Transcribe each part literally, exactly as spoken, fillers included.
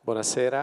Buonasera.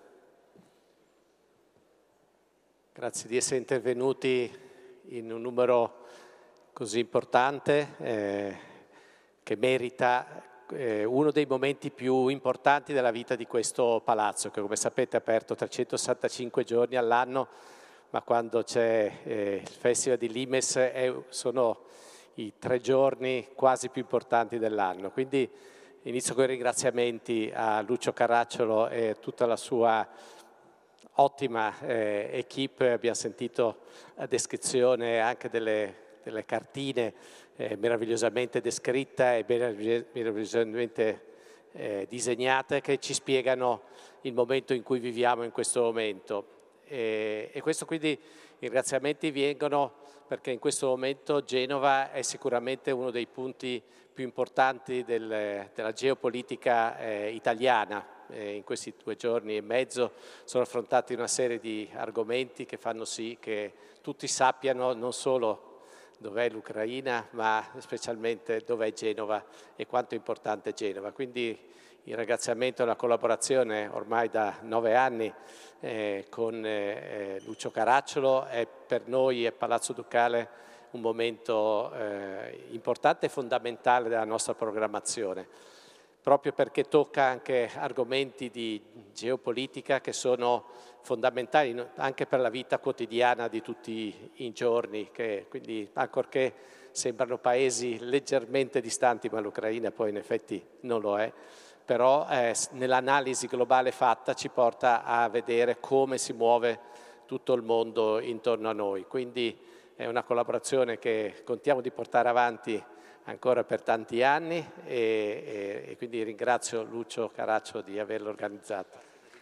Grazie di essere intervenuti in un numero così importante eh, che merita eh, uno dei momenti più importanti della vita di questo palazzo, che come sapete è aperto trecentosessantacinque giorni all'anno, ma quando c'è eh, il Festival di Limes è, sono i tre giorni quasi più importanti dell'anno. Quindi inizio con i ringraziamenti a Lucio Caracciolo e a tutta la sua ottima eh, equipe. Abbiamo sentito la descrizione anche delle, delle cartine eh, meravigliosamente descritta e meravigliosamente eh, disegnate, che ci spiegano il momento in cui viviamo in questo momento. E, e questo quindi i ringraziamenti vengono perché in questo momento Genova è sicuramente uno dei punti più importanti del, della geopolitica eh, italiana. Eh, in questi due giorni e mezzo sono affrontati una serie di argomenti che fanno sì che tutti sappiano non solo dov'è l'Ucraina, ma specialmente dov'è Genova e quanto è importante Genova. Quindi il ringraziamento e la collaborazione ormai da nove anni eh, con eh, Lucio Caracciolo è per noi e Palazzo Ducale un momento eh, importante e fondamentale della nostra programmazione, proprio perché tocca anche argomenti di geopolitica che sono fondamentali anche per la vita quotidiana di tutti i giorni, che quindi ancorché sembrano paesi leggermente distanti, ma l'Ucraina poi in effetti non lo è, però eh, nell'analisi globale fatta ci porta a vedere come si muove tutto il mondo intorno a noi. Quindi è una collaborazione che contiamo di portare avanti ancora per tanti anni e, e, e quindi ringrazio Lucio Caracciolo di averlo organizzato.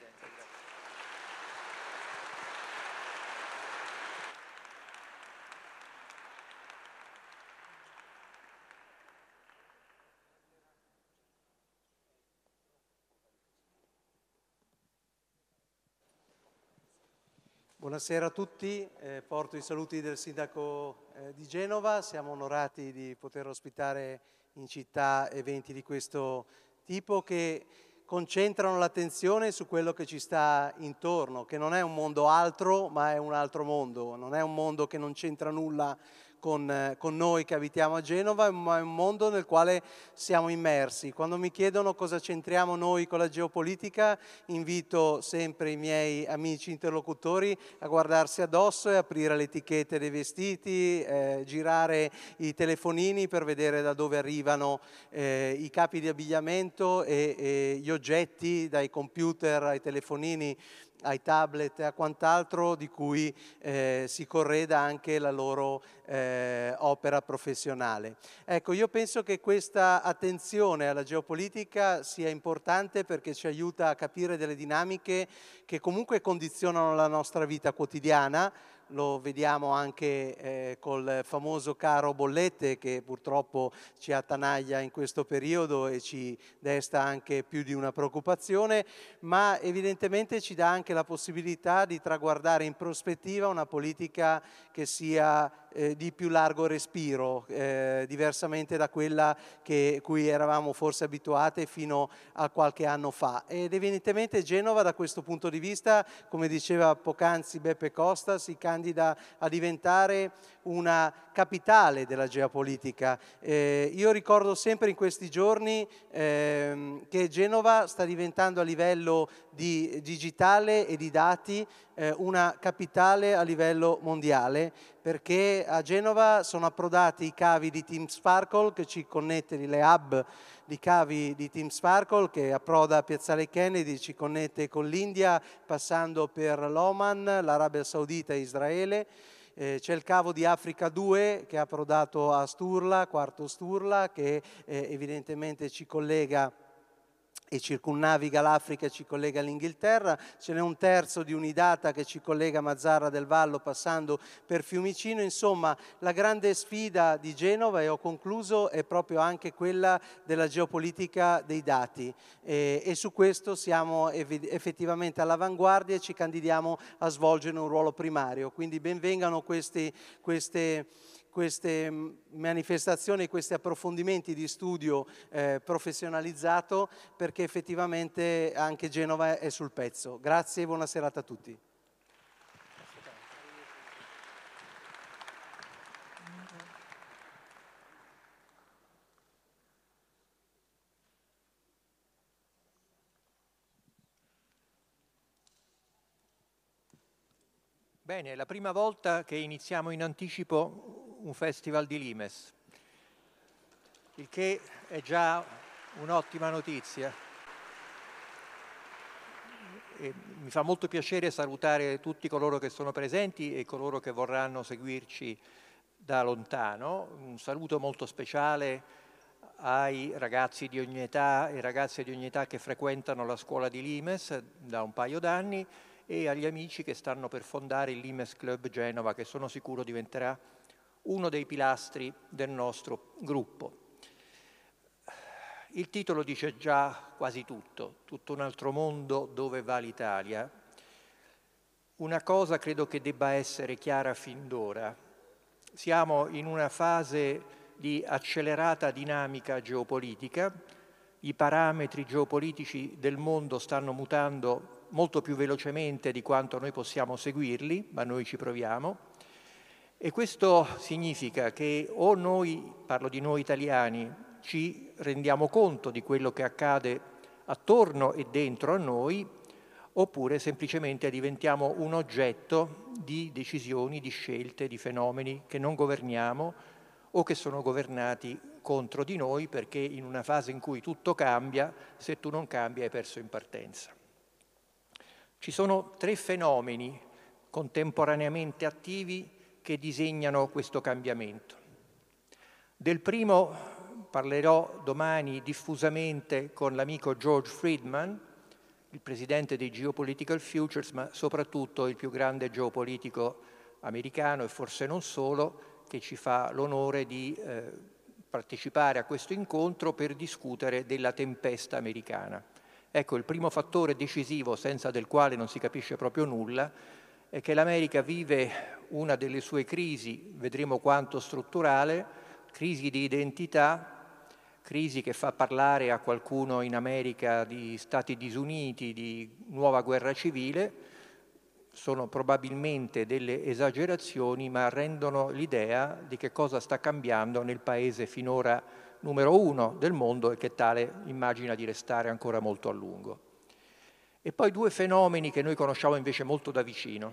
Buonasera a tutti, eh, porto i saluti del sindaco eh, di Genova. Siamo onorati di poter ospitare in città eventi di questo tipo che concentrano l'attenzione su quello che ci sta intorno, che non è un mondo altro, ma è un altro mondo. Non è un mondo che non c'entra nulla con, eh, con noi che abitiamo a Genova, ma è un mondo nel quale siamo immersi. Quando mi chiedono cosa c'entriamo noi con la geopolitica, invito sempre i miei amici interlocutori a guardarsi addosso e aprire le etichette dei vestiti, eh, girare i telefonini per vedere da dove arrivano eh, i capi di abbigliamento e, e gli oggetti, dai computer ai telefonini, ai tablet e a quant'altro di cui eh, si correda anche la loro eh, opera professionale. Ecco, io penso che questa attenzione alla geopolitica sia importante perché ci aiuta a capire delle dinamiche che comunque condizionano la nostra vita quotidiana. Lo vediamo anche eh, col famoso caro bollette che purtroppo ci attanaglia in questo periodo e ci desta anche più di una preoccupazione, ma evidentemente ci dà anche la possibilità di traguardare in prospettiva una politica che sia eh, di più largo respiro, eh, diversamente da quella che cui eravamo forse abituati fino a qualche anno fa. Ed evidentemente Genova da questo punto di vista, come diceva poc'anzi Beppe Costa, si candida a diventare una capitale della geopolitica. Eh, io ricordo sempre in questi giorni eh, che Genova sta diventando a livello di digitale e di dati eh, una capitale a livello mondiale, perché a Genova sono approdati i cavi di Team Sparkle che ci connette, le hub di cavi di Team Sparkle che approda a Piazzale Kennedy, ci connette con l'India passando per l'Oman, l'Arabia Saudita e Israele. Eh, c'è il cavo di Africa due che ha approdato a Sturla, quarto Sturla, che eh, evidentemente ci collega e circunnaviga l'Africa e ci collega all'Inghilterra. Ce n'è un terzo di Unidata che ci collega a Mazzara del Vallo passando per Fiumicino. Insomma, la grande sfida di Genova, e ho concluso, è proprio anche quella della geopolitica dei dati e, e su questo siamo effettivamente all'avanguardia e ci candidiamo a svolgere un ruolo primario. Quindi ben vengano questi, queste queste manifestazioni, questi approfondimenti di studio eh, professionalizzato, perché effettivamente anche Genova è sul pezzo. Grazie e buona serata a tutti. Bene, è la prima volta che iniziamo in anticipo un festival di Limes, il che è già un'ottima notizia. E mi fa molto piacere salutare tutti coloro che sono presenti e coloro che vorranno seguirci da lontano. Un saluto molto speciale ai ragazzi di ogni età e ragazze di ogni età che frequentano la scuola di Limes da un paio d'anni, e agli amici che stanno per fondare il Limes Club Genova, che sono sicuro diventerà uno dei pilastri del nostro gruppo. Il titolo dice già quasi tutto, tutto un altro mondo dove va l'Italia. Una cosa credo che debba essere chiara fin d'ora: siamo in una fase di accelerata dinamica geopolitica, i parametri geopolitici del mondo stanno mutando molto più velocemente di quanto noi possiamo seguirli, ma noi ci proviamo, e questo significa che o noi, parlo di noi italiani, ci rendiamo conto di quello che accade attorno e dentro a noi, oppure semplicemente diventiamo un oggetto di decisioni, di scelte, di fenomeni che non governiamo o che sono governati contro di noi, perché in una fase in cui tutto cambia, se tu non cambi hai perso in partenza. Ci sono tre fenomeni contemporaneamente attivi che disegnano questo cambiamento. Del primo parlerò domani diffusamente con l'amico George Friedman, il presidente dei Geopolitical Futures, ma soprattutto il più grande geopolitico americano e forse non solo, che ci fa l'onore di eh, partecipare a questo incontro per discutere della tempesta americana. Ecco, il primo fattore decisivo, senza del quale non si capisce proprio nulla, è che l'America vive una delle sue crisi, vedremo quanto strutturale, crisi di identità, crisi che fa parlare a qualcuno in America di Stati disuniti, di nuova guerra civile. Sono probabilmente delle esagerazioni, ma rendono l'idea di che cosa sta cambiando nel paese finora numero uno del mondo e che tale immagina di restare ancora molto a lungo. E poi due fenomeni che noi conosciamo invece molto da vicino: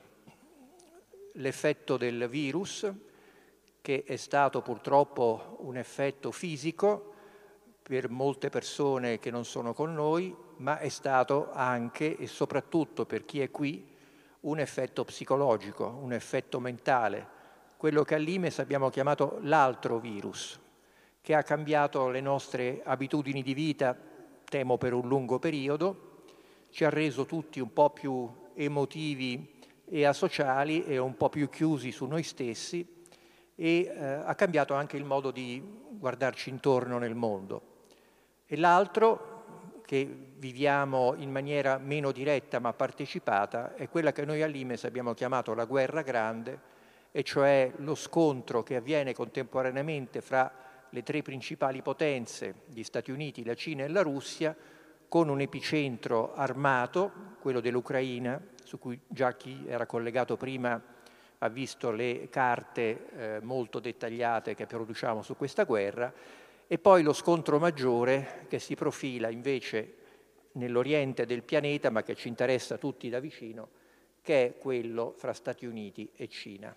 l'effetto del virus, che è stato purtroppo un effetto fisico per molte persone che non sono con noi, ma è stato anche e soprattutto per chi è qui un effetto psicologico, un effetto mentale, quello che a Limes abbiamo chiamato l'altro virus, che ha cambiato le nostre abitudini di vita, temo per un lungo periodo, ci ha reso tutti un po' più emotivi e asociali e un po' più chiusi su noi stessi, e eh, ha cambiato anche il modo di guardarci intorno nel mondo. E l'altro, che viviamo in maniera meno diretta ma partecipata, è quella che noi a Limes abbiamo chiamato la guerra grande, e cioè lo scontro che avviene contemporaneamente fra le tre principali potenze, gli Stati Uniti, la Cina e la Russia, con un epicentro armato, quello dell'Ucraina, su cui già chi era collegato prima ha visto le carte eh, molto dettagliate che produciamo su questa guerra, e poi lo scontro maggiore che si profila invece nell'oriente del pianeta, ma che ci interessa tutti da vicino, che è quello fra Stati Uniti e Cina.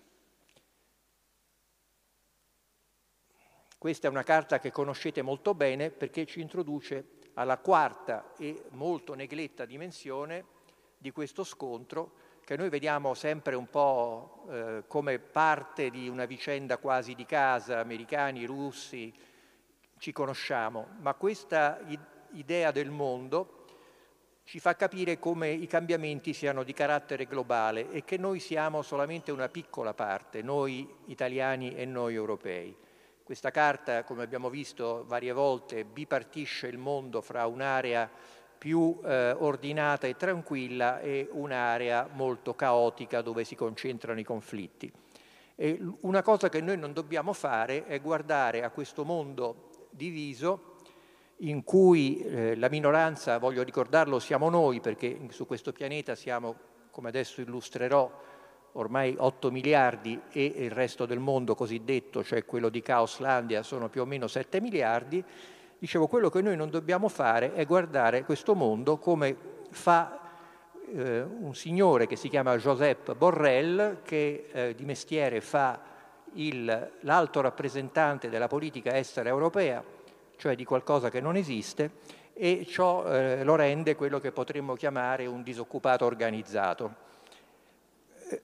Questa è una carta che conoscete molto bene, perché ci introduce alla quarta e molto negletta dimensione di questo scontro, che noi vediamo sempre un po' eh, come parte di una vicenda quasi di casa, americani, russi, ci conosciamo, ma questa idea del mondo ci fa capire come i cambiamenti siano di carattere globale e che noi siamo solamente una piccola parte, noi italiani e noi europei. Questa carta, come abbiamo visto varie volte, bipartisce il mondo fra un'area più eh, ordinata e tranquilla e un'area molto caotica dove si concentrano i conflitti. E una cosa che noi non dobbiamo fare è guardare a questo mondo diviso in cui eh, la minoranza, voglio ricordarlo, siamo noi, perché su questo pianeta siamo, come adesso illustrerò, ormai otto miliardi e il resto del mondo cosiddetto, cioè quello di Caoslandia, sono più o meno sette miliardi. Dicevo, quello che noi non dobbiamo fare è guardare questo mondo come fa eh, un signore che si chiama Josep Borrell, che eh, di mestiere fa l'alto rappresentante della politica estera europea, cioè di qualcosa che non esiste, e ciò eh, lo rende quello che potremmo chiamare un disoccupato organizzato. Eh,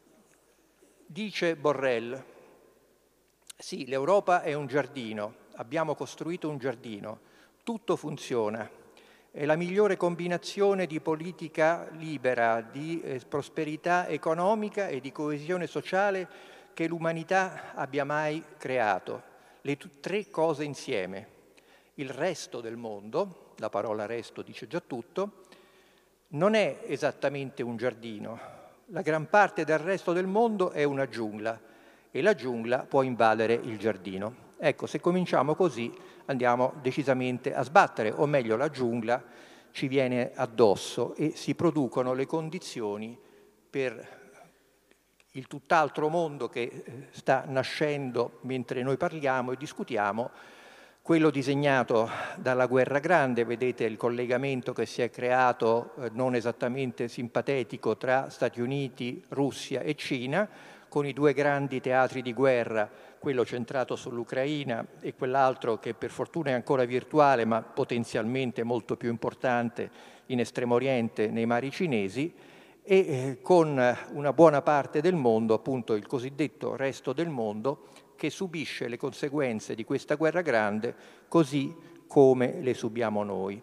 dice Borrell, sì, l'Europa è un giardino, abbiamo costruito un giardino, tutto funziona, è la migliore combinazione di politica libera, di eh, prosperità economica e di coesione sociale che l'umanità abbia mai creato, le tre cose insieme. Il resto del mondo, la parola resto dice già tutto, non è esattamente un giardino. La gran parte del resto del mondo è una giungla e la giungla può invadere il giardino. Ecco, se cominciamo così andiamo decisamente a sbattere, o meglio la giungla ci viene addosso e si producono le condizioni per il tutt'altro mondo che sta nascendo mentre noi parliamo e discutiamo, quello disegnato dalla guerra grande. Vedete il collegamento che si è creato, eh, non esattamente simpatetico, tra Stati Uniti, Russia e Cina, con i due grandi teatri di guerra, quello centrato sull'Ucraina e quell'altro che per fortuna è ancora virtuale, ma potenzialmente molto più importante in Estremo Oriente, nei mari cinesi, e eh, con una buona parte del mondo, appunto il cosiddetto resto del mondo, che subisce le conseguenze di questa guerra grande così come le subiamo noi.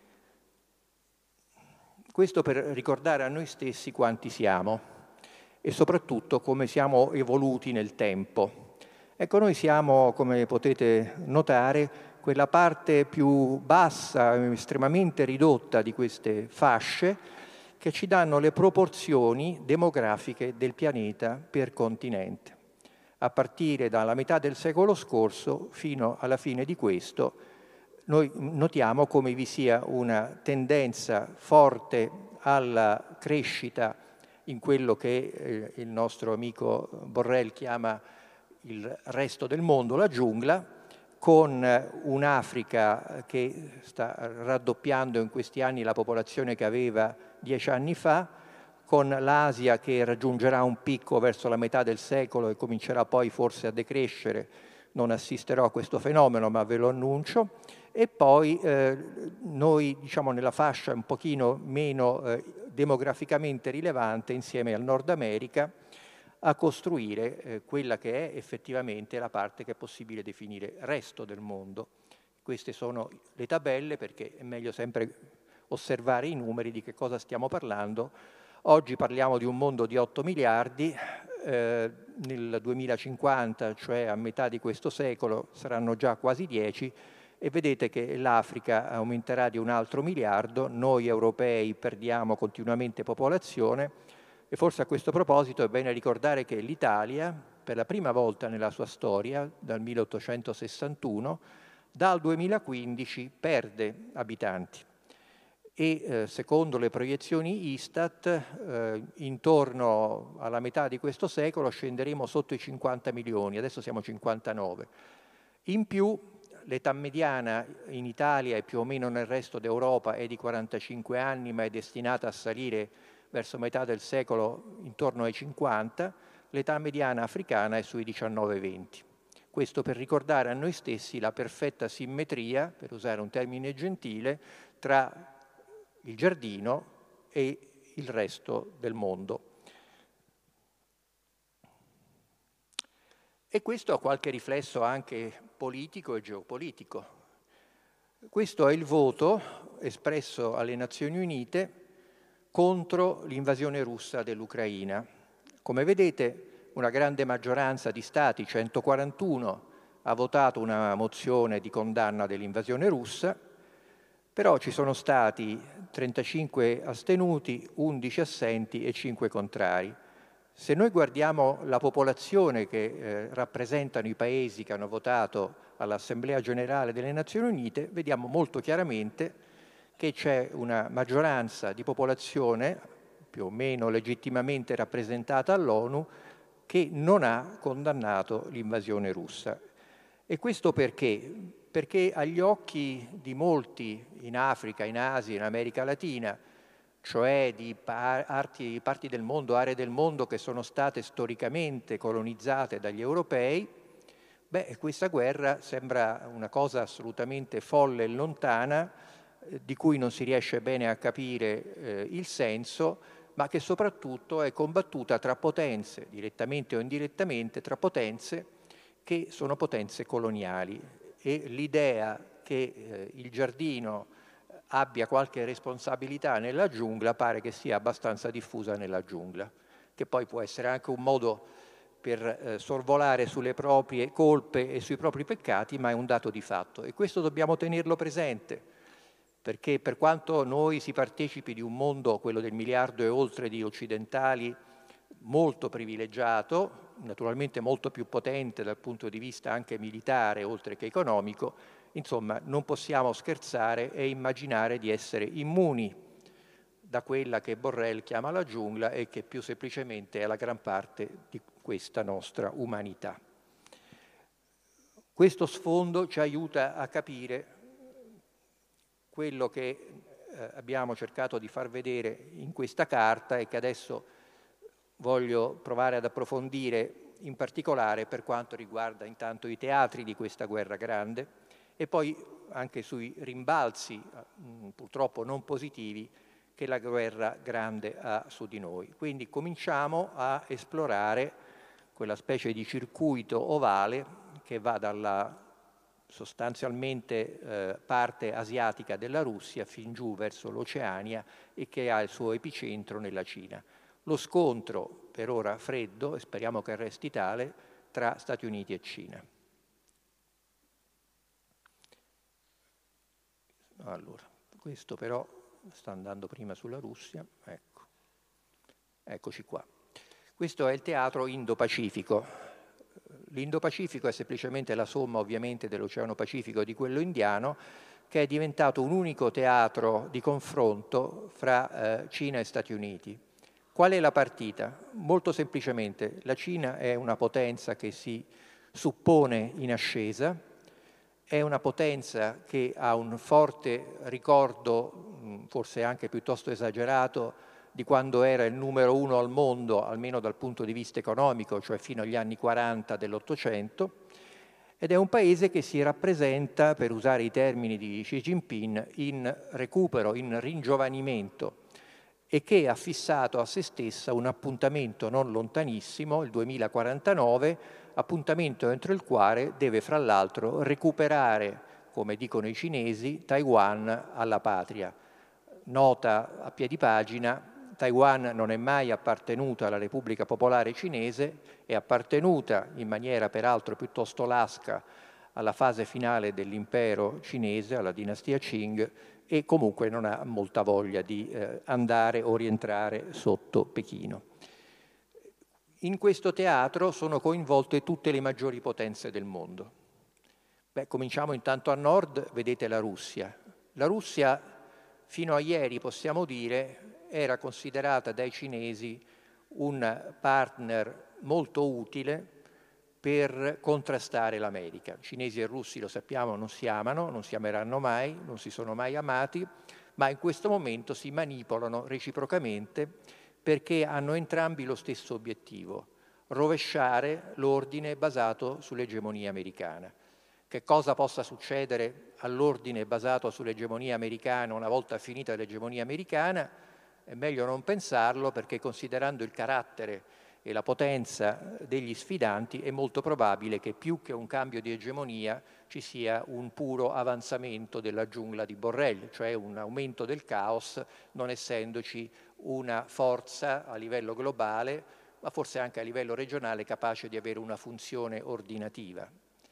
Questo per ricordare a noi stessi quanti siamo e soprattutto come siamo evoluti nel tempo. Ecco, noi siamo, come potete notare, quella parte più bassa, estremamente ridotta di queste fasce che ci danno le proporzioni demografiche del pianeta per continente. A partire dalla metà del secolo scorso fino alla fine di questo, noi notiamo come vi sia una tendenza forte alla crescita in quello che eh, il nostro amico Borrell chiama il resto del mondo, la giungla, con un'Africa che sta raddoppiando in questi anni la popolazione che aveva dieci anni fa, con l'Asia che raggiungerà un picco verso la metà del secolo e comincerà poi forse a decrescere. Non assisterò a questo fenomeno, ma ve lo annuncio. E poi eh, noi, diciamo, nella fascia un pochino meno eh, demograficamente rilevante, insieme al Nord America, a costruire eh, quella che è effettivamente la parte che è possibile definire resto del mondo. Queste sono le tabelle, perché è meglio sempre osservare i numeri di che cosa stiamo parlando. Oggi parliamo di un mondo di otto miliardi, eh, nel duemilacinquanta, cioè a metà di questo secolo, saranno già quasi dieci, e vedete che l'Africa aumenterà di un altro miliardo, noi europei perdiamo continuamente popolazione, e forse a questo proposito è bene ricordare che l'Italia, per la prima volta nella sua storia, dal milleottocentosessantuno, dal duemilaquindici perde abitanti. E eh, secondo le proiezioni Istat, eh, intorno alla metà di questo secolo scenderemo sotto i cinquanta milioni, adesso siamo cinquantanove. In più, l'età mediana in Italia e più o meno nel resto d'Europa è di quarantacinque anni, ma è destinata a salire verso metà del secolo intorno ai cinquanta, l'età mediana africana è sui diciannove venti. Questo per ricordare a noi stessi la perfetta simmetria, per usare un termine gentile, tra il giardino e il resto del mondo. E questo ha qualche riflesso anche politico e geopolitico. Questo è il voto espresso alle Nazioni Unite contro l'invasione russa dell'Ucraina. Come vedete, una grande maggioranza di Stati, centoquarantuno, ha votato una mozione di condanna dell'invasione russa, però ci sono stati trentacinque astenuti, undici assenti e cinque contrari. Se noi guardiamo la popolazione che eh, rappresentano i paesi che hanno votato all'Assemblea Generale delle Nazioni Unite, vediamo molto chiaramente che c'è una maggioranza di popolazione, più o meno legittimamente rappresentata all'ONU, che non ha condannato l'invasione russa. E questo perché? Perché agli occhi di molti in Africa, in Asia, in America Latina, cioè di parti, parti del mondo, aree del mondo che sono state storicamente colonizzate dagli europei, beh, questa guerra sembra una cosa assolutamente folle e lontana, eh, di cui non si riesce bene a capire eh, il senso, ma che soprattutto è combattuta tra potenze, direttamente o indirettamente, tra potenze che sono potenze coloniali. E l'idea che eh, il giardino abbia qualche responsabilità nella giungla pare che sia abbastanza diffusa nella giungla, che poi può essere anche un modo per eh, sorvolare sulle proprie colpe e sui propri peccati, ma è un dato di fatto. E questo dobbiamo tenerlo presente, perché per quanto noi si partecipi di un mondo, quello del miliardo e oltre di occidentali, molto privilegiato, naturalmente molto più potente dal punto di vista anche militare, oltre che economico, insomma, non possiamo scherzare e immaginare di essere immuni da quella che Borrell chiama la giungla e che più semplicemente è la gran parte di questa nostra umanità. Questo sfondo ci aiuta a capire quello che eh, abbiamo cercato di far vedere in questa carta e che adesso voglio provare ad approfondire, in particolare per quanto riguarda intanto i teatri di questa guerra grande e poi anche sui rimbalzi, mh, purtroppo non positivi, che la guerra grande ha su di noi. Quindi cominciamo a esplorare quella specie di circuito ovale che va dalla sostanzialmente eh, parte asiatica della Russia fin giù verso l'Oceania e che ha il suo epicentro nella Cina. Lo scontro, per ora freddo, e speriamo che resti tale, tra Stati Uniti e Cina. Allora, questo però sta andando prima sulla Russia, ecco. Eccoci qua. Questo è il teatro Indo-Pacifico. L'Indo-Pacifico è semplicemente la somma ovviamente dell'Oceano Pacifico e di quello indiano, che è diventato un unico teatro di confronto fra eh, Cina e Stati Uniti. Qual è la partita? Molto semplicemente, la Cina è una potenza che si suppone in ascesa, è una potenza che ha un forte ricordo, forse anche piuttosto esagerato, di quando era il numero uno al mondo, almeno dal punto di vista economico, cioè fino agli anni quaranta dell'Ottocento, ed è un paese che si rappresenta, per usare i termini di Xi Jinping, in recupero, in ringiovanimento, e che ha fissato a se stessa un appuntamento non lontanissimo, il duemilaquarantanove, appuntamento entro il quale deve fra l'altro recuperare, come dicono i cinesi, Taiwan alla patria. Nota a piedi pagina, Taiwan non è mai appartenuta alla Repubblica Popolare Cinese, è appartenuta in maniera peraltro piuttosto lasca alla fase finale dell'impero cinese, alla dinastia Qing, e comunque non ha molta voglia di eh, andare o rientrare sotto Pechino. In questo teatro sono coinvolte tutte le maggiori potenze del mondo. Beh, cominciamo intanto a nord, vedete la Russia. La Russia, fino a ieri, possiamo dire, era considerata dai cinesi un partner molto utile per contrastare l'America. Cinesi e russi, lo sappiamo, non si amano, non si ameranno mai, non si sono mai amati, ma in questo momento si manipolano reciprocamente perché hanno entrambi lo stesso obiettivo: rovesciare l'ordine basato sull'egemonia americana. Che cosa possa succedere all'ordine basato sull'egemonia americana una volta finita l'egemonia americana? È meglio non pensarlo, perché considerando il carattere e la potenza degli sfidanti è molto probabile che più che un cambio di egemonia ci sia un puro avanzamento della giungla di Borrell, cioè un aumento del caos, non essendoci una forza a livello globale, ma forse anche a livello regionale, capace di avere una funzione ordinativa.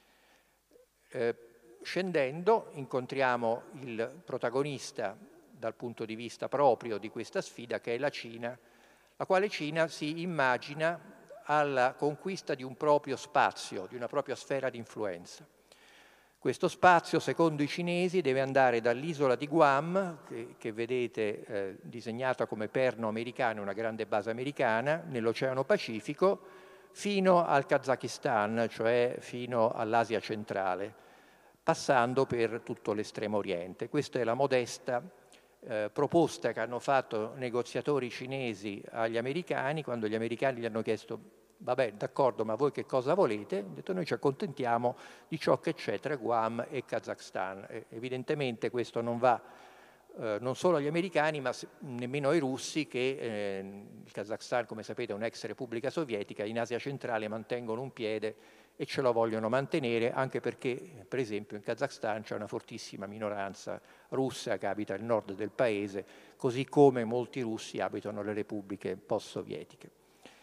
Eh, scendendo incontriamo il protagonista dal punto di vista proprio di questa sfida, che è la Cina, la quale Cina si immagina alla conquista di un proprio spazio, di una propria sfera di influenza. Questo spazio, secondo i cinesi, deve andare dall'isola di Guam, che, che vedete eh, disegnata come perno americano, una grande base americana, nell'Oceano Pacifico, fino al Kazakistan, cioè fino all'Asia centrale, passando per tutto l'estremo oriente. Questa è la modesta eh, proposta che hanno fatto negoziatori cinesi agli americani, quando gli americani gli hanno chiesto vabbè, d'accordo, ma voi che cosa volete? Hanno detto noi ci accontentiamo di ciò che c'è tra Guam e Kazakhstan. E evidentemente questo non va eh, non solo agli americani, ma se, nemmeno ai russi, che eh, il Kazakhstan, come sapete, è un'ex repubblica sovietica, in Asia centrale mantengono un piede e ce lo vogliono mantenere, anche perché, per esempio, in Kazakhstan c'è una fortissima minoranza russa che abita il nord del paese, così come molti russi abitano le repubbliche post-sovietiche.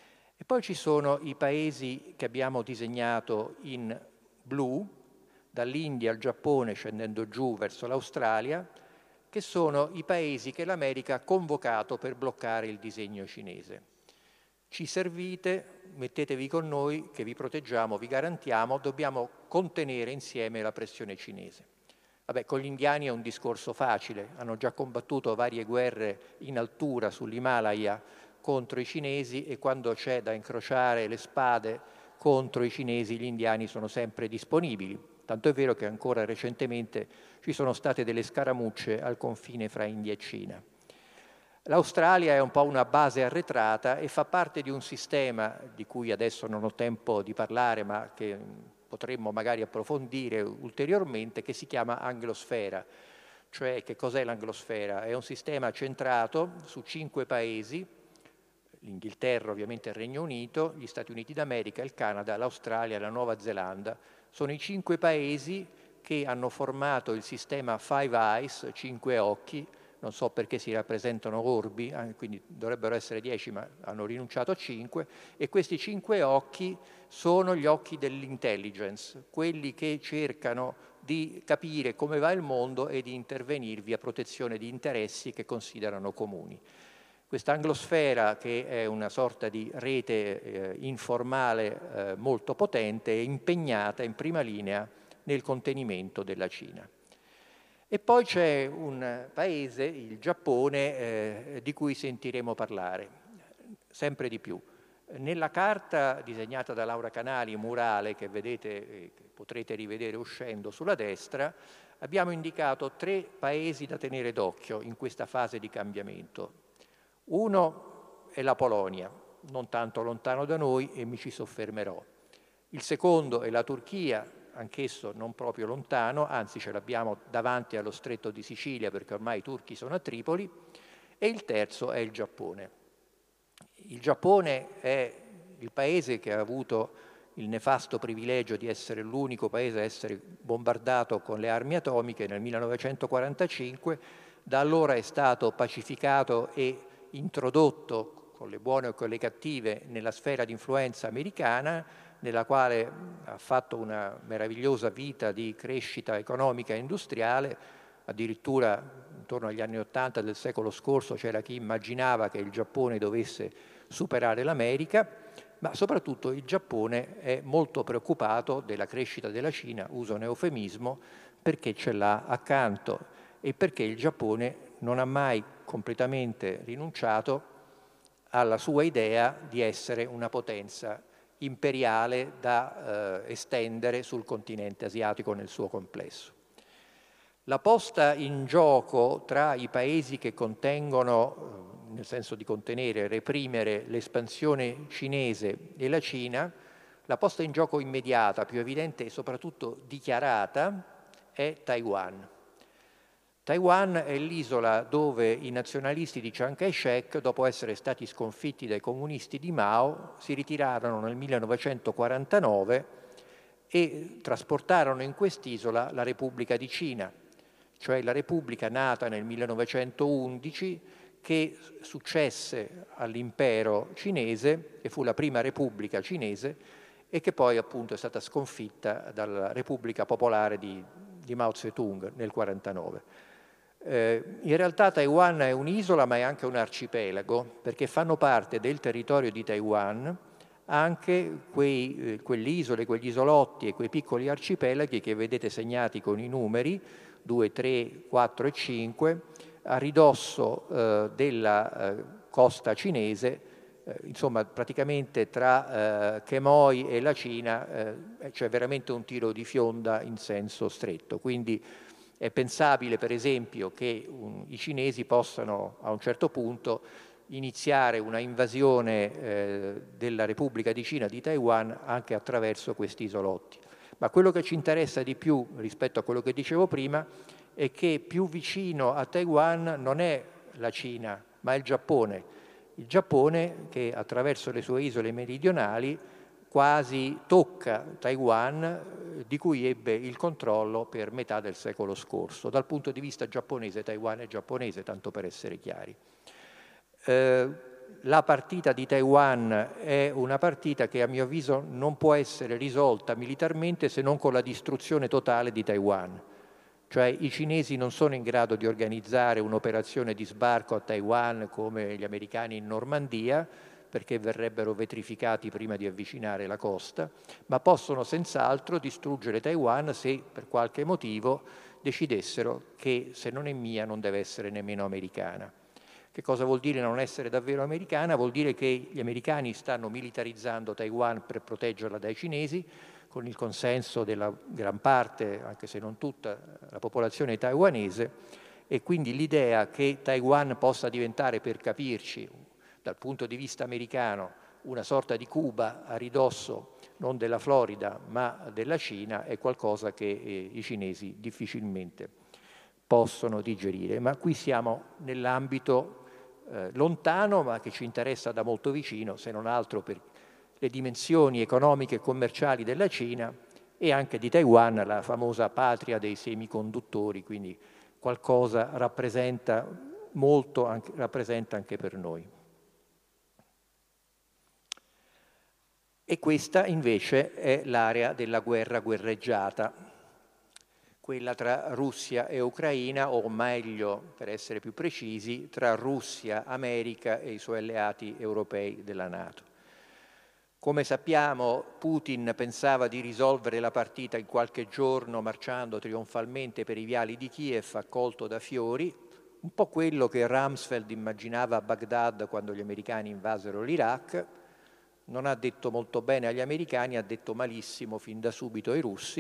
E poi ci sono i paesi che abbiamo disegnato in blu, dall'India al Giappone scendendo giù verso l'Australia, che sono i paesi che l'America ha convocato per bloccare il disegno cinese. Ci servite, mettetevi con noi che vi proteggiamo, vi garantiamo, dobbiamo contenere insieme la pressione cinese. Vabbè, con gli indiani è un discorso facile, hanno già combattuto varie guerre in altura sull'Himalaya contro i cinesi e quando c'è da incrociare le spade contro i cinesi gli indiani sono sempre disponibili. Tanto è vero che ancora recentemente ci sono state delle scaramucce al confine fra India e Cina. L'Australia è un po' una base arretrata e fa parte di un sistema di cui adesso non ho tempo di parlare, ma che potremmo magari approfondire ulteriormente, che si chiama anglosfera. Cioè, che cos'è l'anglosfera? È un sistema centrato su cinque paesi, l'Inghilterra, ovviamente il Regno Unito, gli Stati Uniti d'America, il Canada, l'Australia e la Nuova Zelanda. Sono i cinque paesi che hanno formato il sistema Five Eyes, cinque occhi, non so perché si rappresentano orbi, quindi dovrebbero essere dieci, ma hanno rinunciato a cinque, e questi cinque occhi sono gli occhi dell'intelligence, quelli che cercano di capire come va il mondo e di intervenirvi a protezione di interessi che considerano comuni. Questa anglosfera, che è una sorta di rete eh, informale eh, molto potente, è impegnata in prima linea nel contenimento della Cina. E poi c'è un paese, il Giappone, eh, di cui sentiremo parlare sempre di più. Nella carta disegnata da Laura Canali, murale, che vedete, eh, che potrete rivedere uscendo sulla destra, abbiamo indicato tre paesi da tenere d'occhio in questa fase di cambiamento. Uno è la Polonia, non tanto lontano da noi, e mi ci soffermerò. Il secondo è la Turchia, anch'esso non proprio lontano, anzi ce l'abbiamo davanti allo stretto di Sicilia perché ormai i turchi sono a Tripoli, e il terzo è il Giappone. Il Giappone è il paese che ha avuto il nefasto privilegio di essere l'unico paese a essere bombardato con le armi atomiche nel millenovecentoquarantacinque, da allora è stato pacificato e introdotto, con le buone o con le cattive, nella sfera di influenza americana, nella quale ha fatto una meravigliosa vita di crescita economica e industriale. Addirittura intorno agli anni Ottanta del secolo scorso c'era chi immaginava che il Giappone dovesse superare l'America, ma soprattutto il Giappone è molto preoccupato della crescita della Cina, uso un eufemismo, perché ce l'ha accanto e perché il Giappone non ha mai completamente rinunciato alla sua idea di essere una potenza imperiale da eh, estendere sul continente asiatico nel suo complesso. La posta in gioco tra i paesi che contengono, nel senso di contenere, reprimere l'espansione cinese e la Cina, la posta in gioco immediata, più evidente e soprattutto dichiarata, è Taiwan. Taiwan è l'isola dove i nazionalisti di Chiang Kai-shek, dopo essere stati sconfitti dai comunisti di Mao, si ritirarono nel millenovecentoquarantanove e trasportarono in quest'isola la Repubblica di Cina, cioè la Repubblica nata nel millenovecentoundici che successe all'impero cinese e fu la prima Repubblica cinese e che poi appunto è stata sconfitta dalla Repubblica Popolare di, di Mao Zedong nel millenovecentoquarantanove. Eh, in realtà Taiwan è un'isola ma è anche un arcipelago, perché fanno parte del territorio di Taiwan anche quei, eh, quelle isole, quegli isolotti e quei piccoli arcipelaghi che vedete segnati con i numeri due, tre, quattro e cinque a ridosso eh, della eh, costa cinese, eh, insomma praticamente tra eh, Quemoy e la Cina eh, c'è veramente un tiro di fionda in senso stretto, quindi è pensabile per esempio che um, i cinesi possano a un certo punto iniziare una invasione eh, della Repubblica di Cina di Taiwan anche attraverso questi isolotti. Ma quello che ci interessa di più rispetto a quello che dicevo prima è che più vicino a Taiwan non è la Cina, ma è il Giappone. Il Giappone che attraverso le sue isole meridionali quasi tocca Taiwan, di cui ebbe il controllo per metà del secolo scorso. Dal punto di vista giapponese, Taiwan è giapponese, tanto per essere chiari. Eh, la partita di Taiwan è una partita che a mio avviso non può essere risolta militarmente se non con la distruzione totale di Taiwan. Cioè i cinesi non sono in grado di organizzare un'operazione di sbarco a Taiwan come gli americani in Normandia, perché verrebbero vetrificati prima di avvicinare la costa, ma possono senz'altro distruggere Taiwan se per qualche motivo decidessero che se non è mia non deve essere nemmeno americana. Che cosa vuol dire non essere davvero americana? Vuol dire che gli americani stanno militarizzando Taiwan per proteggerla dai cinesi, con il consenso della gran parte, anche se non tutta, la popolazione taiwanese, e quindi l'idea che Taiwan possa diventare, per capirci, dal punto di vista americano, una sorta di Cuba a ridosso non della Florida ma della Cina è qualcosa che eh, i cinesi difficilmente possono digerire. Ma qui siamo nell'ambito eh, lontano ma che ci interessa da molto vicino, se non altro per le dimensioni economiche e commerciali della Cina e anche di Taiwan, la famosa patria dei semiconduttori, quindi qualcosa rappresenta molto, anche, rappresenta anche per noi. E questa invece è l'area della guerra guerreggiata, quella tra Russia e Ucraina, o meglio, per essere più precisi, tra Russia, America e i suoi alleati europei della NATO. Come sappiamo, Putin pensava di risolvere la partita in qualche giorno marciando trionfalmente per i viali di Kiev, accolto da fiori, un po' quello che Rumsfeld immaginava a Baghdad quando gli americani invasero l'Iraq. Non ha detto molto bene agli americani, ha detto malissimo fin da subito ai russi.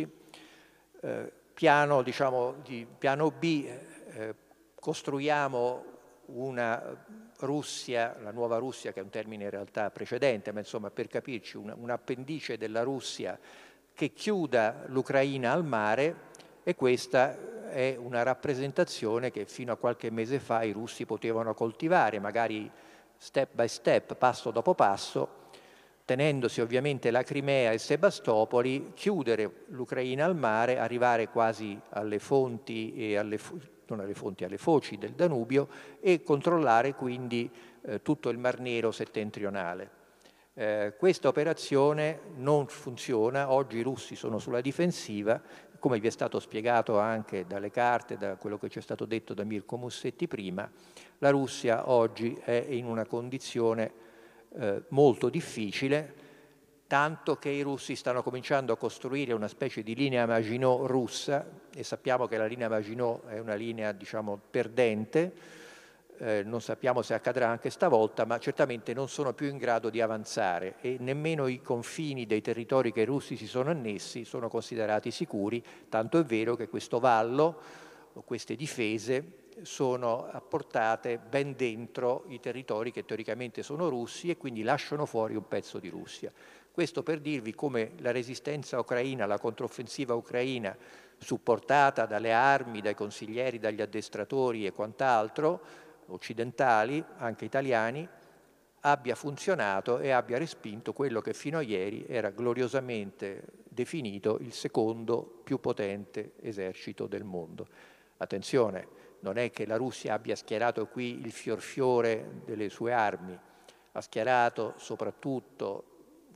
Eh, piano, diciamo, di, piano B, eh, costruiamo una Russia, la nuova Russia, che è un termine in realtà precedente, ma insomma per capirci, un, un appendice della Russia che chiuda l'Ucraina al mare, e questa è una rappresentazione che fino a qualche mese fa i russi potevano coltivare, magari step by step, passo dopo passo, tenendosi ovviamente la Crimea e Sebastopoli, chiudere l'Ucraina al mare, arrivare quasi alle fonti e alle, non alle fonti, alle foci del Danubio e controllare quindi eh, tutto il Mar Nero settentrionale. Eh, questa operazione non funziona, oggi i russi sono sulla difensiva, come vi è stato spiegato anche dalle carte, da quello che ci è stato detto da Mirko Mussetti prima, la Russia oggi è in una condizione Eh, molto difficile, tanto che i russi stanno cominciando a costruire una specie di linea Maginot russa, e sappiamo che la linea Maginot è una linea, diciamo, perdente, eh, non sappiamo se accadrà anche stavolta, ma certamente non sono più in grado di avanzare e nemmeno i confini dei territori che i russi si sono annessi sono considerati sicuri, tanto è vero che questo vallo o queste difese sono apportate ben dentro i territori che teoricamente sono russi e quindi lasciano fuori un pezzo di Russia. Questo per dirvi come la resistenza ucraina, la controffensiva ucraina, supportata dalle armi, dai consiglieri, dagli addestratori e quant'altro, occidentali, anche italiani, abbia funzionato e abbia respinto quello che fino a ieri era gloriosamente definito il secondo più potente esercito del mondo. Attenzione, non è che la Russia abbia schierato qui il fior fiore delle sue armi, ha schierato soprattutto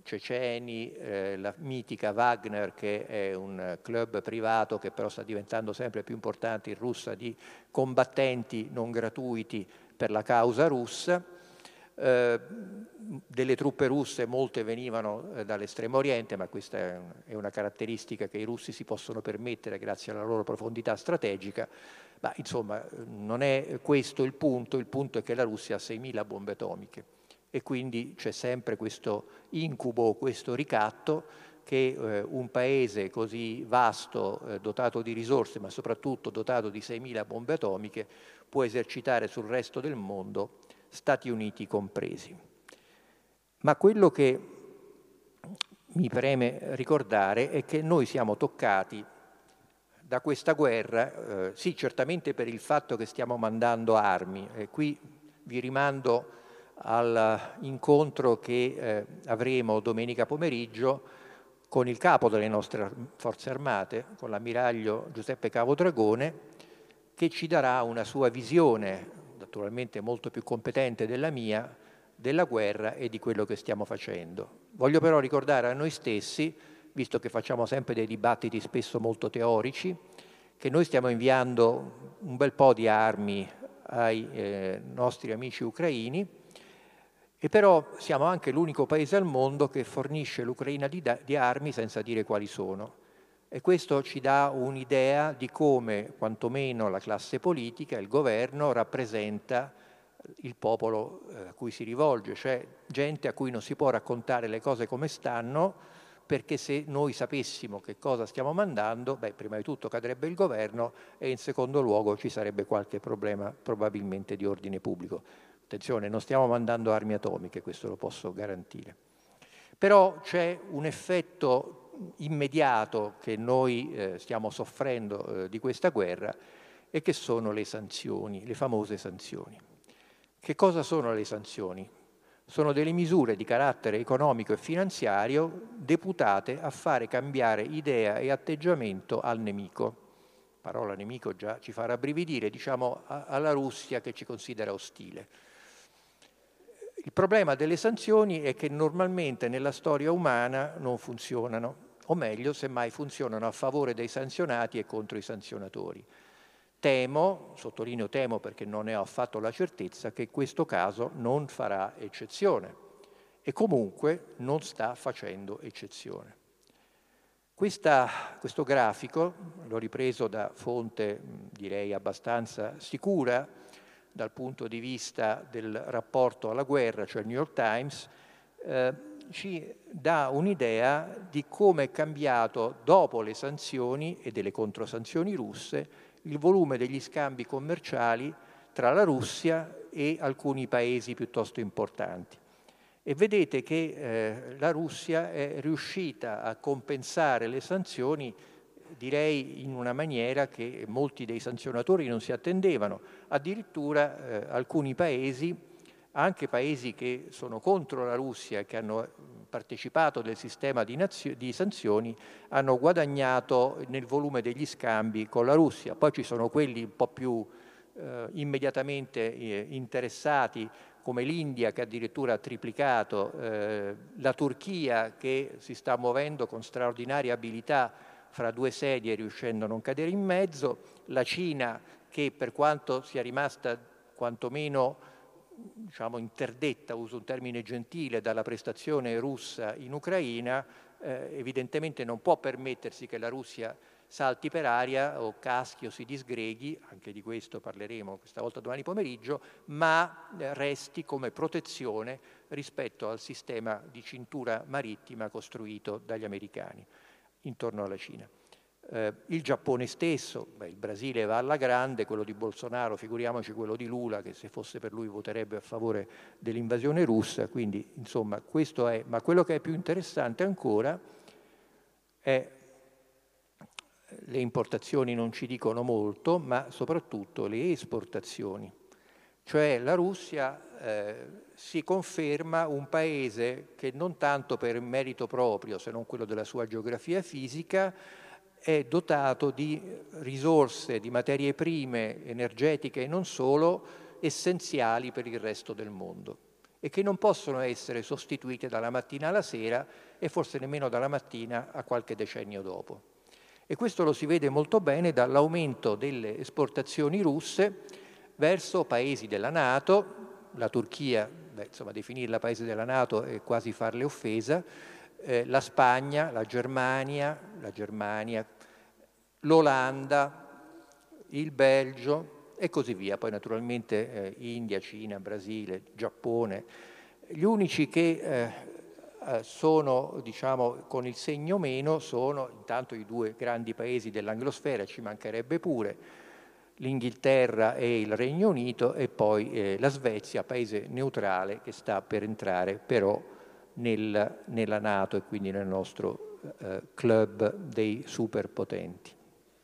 ceceni, eh, la mitica Wagner, che è un club privato che però sta diventando sempre più importante in Russia, di combattenti non gratuiti per la causa russa. Eh, delle truppe russe, molte venivano eh, dall'estremo oriente, ma questa è, un, è una caratteristica che i russi si possono permettere grazie alla loro profondità strategica. Ma insomma, non è questo il punto, il punto è che la Russia ha seimila bombe atomiche e quindi c'è sempre questo incubo, questo ricatto che eh, un paese così vasto, eh, dotato di risorse, ma soprattutto dotato di seimila bombe atomiche, può esercitare sul resto del mondo, Stati Uniti compresi. Ma quello che mi preme ricordare è che noi siamo toccati da questa guerra, eh, sì, certamente per il fatto che stiamo mandando armi, e qui vi rimando all'incontro che eh, avremo domenica pomeriggio con il capo delle nostre forze armate, con l'ammiraglio Giuseppe Cavo Dragone, che ci darà una sua visione, naturalmente molto più competente della mia, della guerra e di quello che stiamo facendo. Voglio però ricordare a noi stessi, visto che facciamo sempre dei dibattiti spesso molto teorici, che noi stiamo inviando un bel po' di armi ai eh, nostri amici ucraini, e però siamo anche l'unico paese al mondo che fornisce l'Ucraina di, di armi senza dire quali sono. E questo ci dà un'idea di come, quantomeno, la classe politica, il governo, rappresenta il popolo a cui si rivolge, cioè gente a cui non si può raccontare le cose come stanno, perché se noi sapessimo che cosa stiamo mandando, beh, prima di tutto cadrebbe il governo e in secondo luogo ci sarebbe qualche problema probabilmente di ordine pubblico. Attenzione, non stiamo mandando armi atomiche, questo lo posso garantire. Però c'è un effetto immediato che noi eh, stiamo soffrendo eh, di questa guerra e che sono le sanzioni, le famose sanzioni. Che cosa sono le sanzioni? Sono delle misure di carattere economico e finanziario deputate a fare cambiare idea e atteggiamento al nemico. Parola nemico già ci fa rabbrividire, diciamo alla Russia che ci considera ostile. Il problema delle sanzioni è che normalmente nella storia umana non funzionano, o meglio, semmai funzionano a favore dei sanzionati e contro i sanzionatori. Temo, sottolineo temo perché non ne ho affatto la certezza, che questo caso non farà eccezione e comunque non sta facendo eccezione. Questa, questo grafico, l'ho ripreso da fonte direi abbastanza sicura dal punto di vista del rapporto alla guerra, cioè il New York Times, eh, ci dà un'idea di come è cambiato dopo le sanzioni e delle controsanzioni russe il volume degli scambi commerciali tra la Russia e alcuni paesi piuttosto importanti. E vedete che eh, la Russia è riuscita a compensare le sanzioni, direi in una maniera che molti dei sanzionatori non si attendevano. Addirittura eh, alcuni paesi, anche paesi che sono contro la Russia e che hanno partecipato del sistema di, nazio- di sanzioni, hanno guadagnato nel volume degli scambi con la Russia. Poi ci sono quelli un po' più eh, immediatamente eh, interessati, come l'India che addirittura ha triplicato, eh, la Turchia che si sta muovendo con straordinaria abilità fra due sedie riuscendo a non cadere in mezzo, la Cina che per quanto sia rimasta quantomeno diciamo interdetta, uso un termine gentile, dalla prestazione russa in Ucraina, eh, evidentemente non può permettersi che la Russia salti per aria o caschi o si disgreghi, anche di questo parleremo questa volta domani pomeriggio, ma resti come protezione rispetto al sistema di cintura marittima costruito dagli americani intorno alla Cina. Eh, il Giappone stesso, beh, il Brasile va alla grande, quello di Bolsonaro, figuriamoci quello di Lula, che se fosse per lui voterebbe a favore dell'invasione russa, quindi insomma questo è, ma quello che è più interessante ancora è le importazioni non ci dicono molto, ma soprattutto le esportazioni. Cioè la Russia eh, si conferma un paese che non tanto per merito proprio, se non quello della sua geografia fisica, è dotato di risorse, di materie prime energetiche e non solo, essenziali per il resto del mondo. e che non possono essere sostituite dalla mattina alla sera e forse nemmeno dalla mattina a qualche decennio dopo. E questo lo si vede molto bene dall'aumento delle esportazioni russe verso paesi della NATO. La Turchia, beh, insomma, definirla paese della NATO è quasi farle offesa, eh, la Spagna, la Germania, la Germania, l'Olanda, il Belgio e così via. Poi naturalmente eh, India, Cina, Brasile, Giappone. Gli unici che eh, sono, diciamo, con il segno meno sono intanto i due grandi paesi dell'anglosfera, ci mancherebbe pure, l'Inghilterra e il Regno Unito, e poi eh, la Svezia, paese neutrale che sta per entrare però nel, nella NATO e quindi nel nostro eh, club dei superpotenti.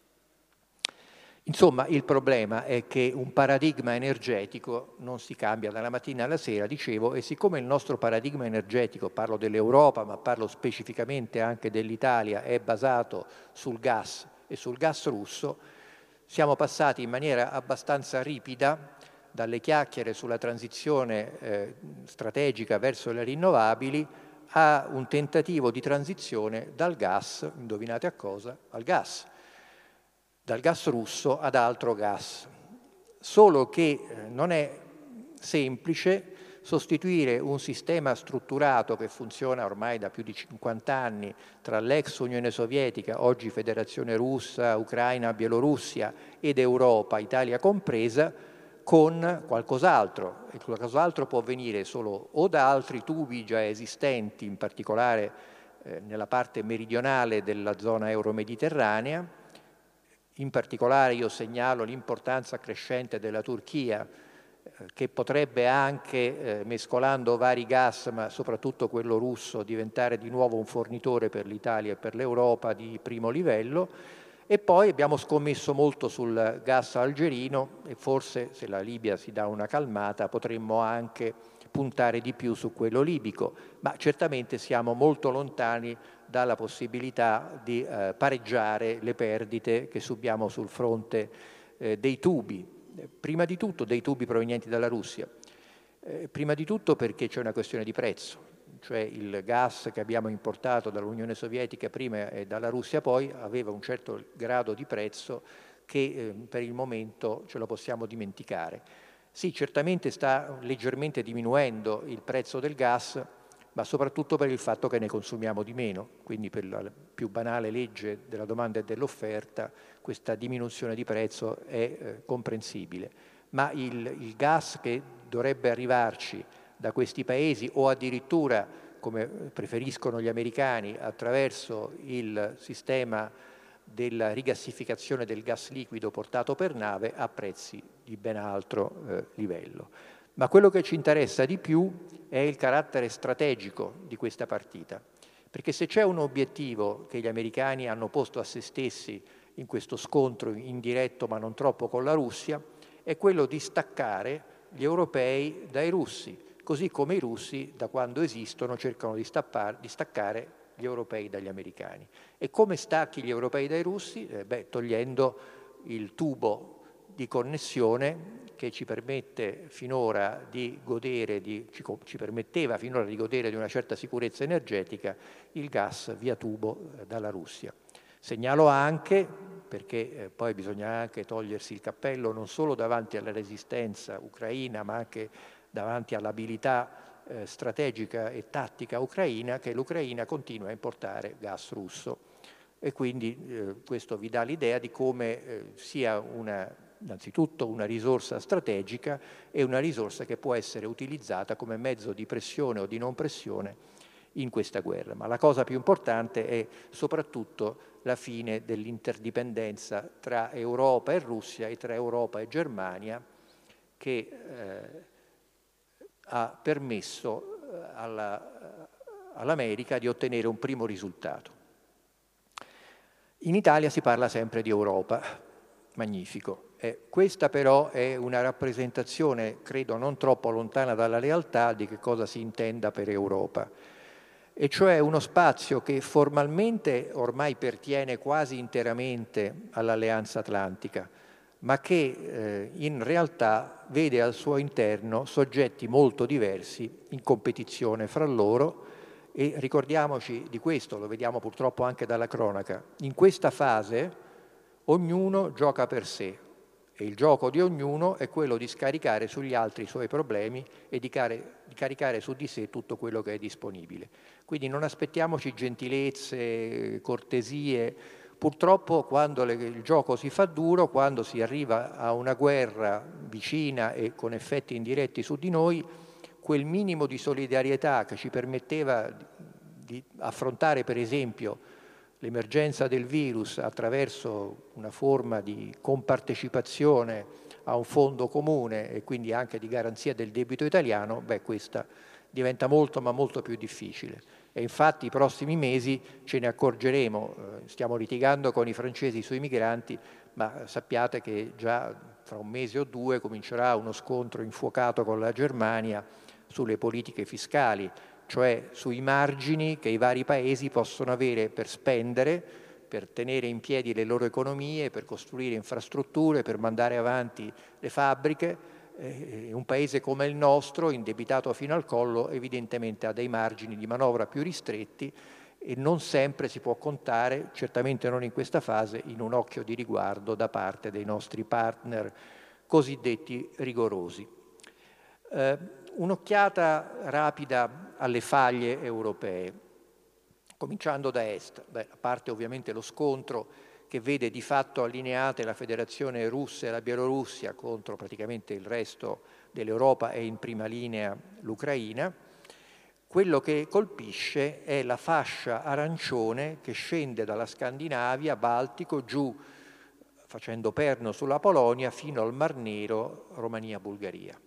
Insomma, il problema è che un paradigma energetico non si cambia dalla mattina alla sera, dicevo, e siccome il nostro paradigma energetico, parlo dell'Europa, ma parlo specificamente anche dell'Italia, è basato sul gas e sul gas russo, siamo passati in maniera abbastanza ripida dalle chiacchiere sulla transizione eh, strategica verso le rinnovabili a un tentativo di transizione dal gas, indovinate a cosa? Al gas. Dal gas russo ad altro gas, solo che non è semplice sostituire un sistema strutturato che funziona ormai da più di cinquanta anni tra l'ex Unione Sovietica, oggi Federazione Russa, Ucraina, Bielorussia ed Europa, Italia compresa, con qualcos'altro. E qualcos'altro può venire solo o da altri tubi già esistenti, in particolare eh, nella parte meridionale della zona euro-mediterranea. In particolare io segnalo l'importanza crescente della Turchia, eh, che potrebbe anche, eh, mescolando vari gas, ma soprattutto quello russo, diventare di nuovo un fornitore per l'Italia e per l'Europa di primo livello. E poi abbiamo scommesso molto sul gas algerino e forse, se la Libia si dà una calmata, potremmo anche puntare di più su quello libico, ma certamente siamo molto lontani dalla possibilità di eh, pareggiare le perdite che subiamo sul fronte eh, dei tubi, prima di tutto dei tubi provenienti dalla Russia, eh, prima di tutto perché c'è una questione di prezzo, cioè il gas che abbiamo importato dall'Unione Sovietica prima e dalla Russia poi aveva un certo grado di prezzo che eh, per il momento ce lo possiamo dimenticare. Sì, certamente sta leggermente diminuendo il prezzo del gas, ma soprattutto per il fatto che ne consumiamo di meno, quindi per la più banale legge della domanda e dell'offerta questa diminuzione di prezzo è eh, comprensibile. Ma il, il gas che dovrebbe arrivarci da questi paesi o addirittura, come preferiscono gli americani, attraverso il sistema della rigassificazione del gas liquido portato per nave a prezzi di ben altro eh, livello. Ma quello che ci interessa di più è il carattere strategico di questa partita, perché se c'è un obiettivo che gli americani hanno posto a se stessi in questo scontro indiretto ma non troppo con la Russia, è quello di staccare gli europei dai russi, così come i russi da quando esistono cercano di, stappare, di staccare gli europei dagli americani. E come stacchi gli europei dai russi? Eh, beh, togliendo il tubo di connessione che ci permette finora di godere, di, ci, ci permetteva finora di godere di una certa sicurezza energetica, il gas via tubo eh, dalla Russia. Segnalo anche, perché eh, poi bisogna anche togliersi il cappello non solo davanti alla resistenza ucraina, ma anche davanti all'abilità eh, strategica e tattica ucraina, che l'Ucraina continua a importare gas russo. E quindi eh, questo vi dà l'idea di come eh, sia una innanzitutto una risorsa strategica e una risorsa che può essere utilizzata come mezzo di pressione o di non pressione in questa guerra. Ma la cosa più importante è soprattutto la fine dell'interdipendenza tra Europa e Russia e tra Europa e Germania, che eh, ha permesso alla, all'America di ottenere un primo risultato. In Italia si parla sempre di Europa, magnifico. Eh, questa però è una rappresentazione, credo, non troppo lontana dalla realtà di che cosa si intenda per Europa, e cioè uno spazio che formalmente ormai pertiene quasi interamente all'Alleanza Atlantica, ma che eh, in realtà vede al suo interno soggetti molto diversi in competizione fra loro. E ricordiamoci di questo, lo vediamo purtroppo anche dalla cronaca, in questa fase ognuno gioca per sé e il gioco di ognuno è quello di scaricare sugli altri i suoi problemi e di, care, di caricare su di sé tutto quello che è disponibile. Quindi non aspettiamoci gentilezze, cortesie. Purtroppo quando le, il gioco si fa duro, quando si arriva a una guerra vicina e con effetti indiretti su di noi, quel minimo di solidarietà che ci permetteva di affrontare per esempio l'emergenza del virus attraverso una forma di compartecipazione a un fondo comune e quindi anche di garanzia del debito italiano, beh, questa diventa molto ma molto più difficile. E infatti i prossimi mesi ce ne accorgeremo, eh, stiamo litigando con i francesi sui migranti, ma sappiate che già fra un mese o due comincerà uno scontro infuocato con la Germania sulle politiche fiscali, cioè sui margini che i vari paesi possono avere per spendere, per tenere in piedi le loro economie, per costruire infrastrutture, per mandare avanti le fabbriche. Eh, un paese come il nostro, indebitato fino al collo, evidentemente ha dei margini di manovra più ristretti e non sempre si può contare, certamente non in questa fase, in un occhio di riguardo da parte dei nostri partner cosiddetti rigorosi. Eh, Un'occhiata rapida alle faglie europee, cominciando da est, beh, a parte ovviamente lo scontro che vede di fatto allineate la Federazione Russa e la Bielorussia contro praticamente il resto dell'Europa e in prima linea l'Ucraina. Quello che colpisce è la fascia arancione che scende dalla Scandinavia, Baltico, giù facendo perno sulla Polonia fino al Mar Nero, Romania, Bulgaria.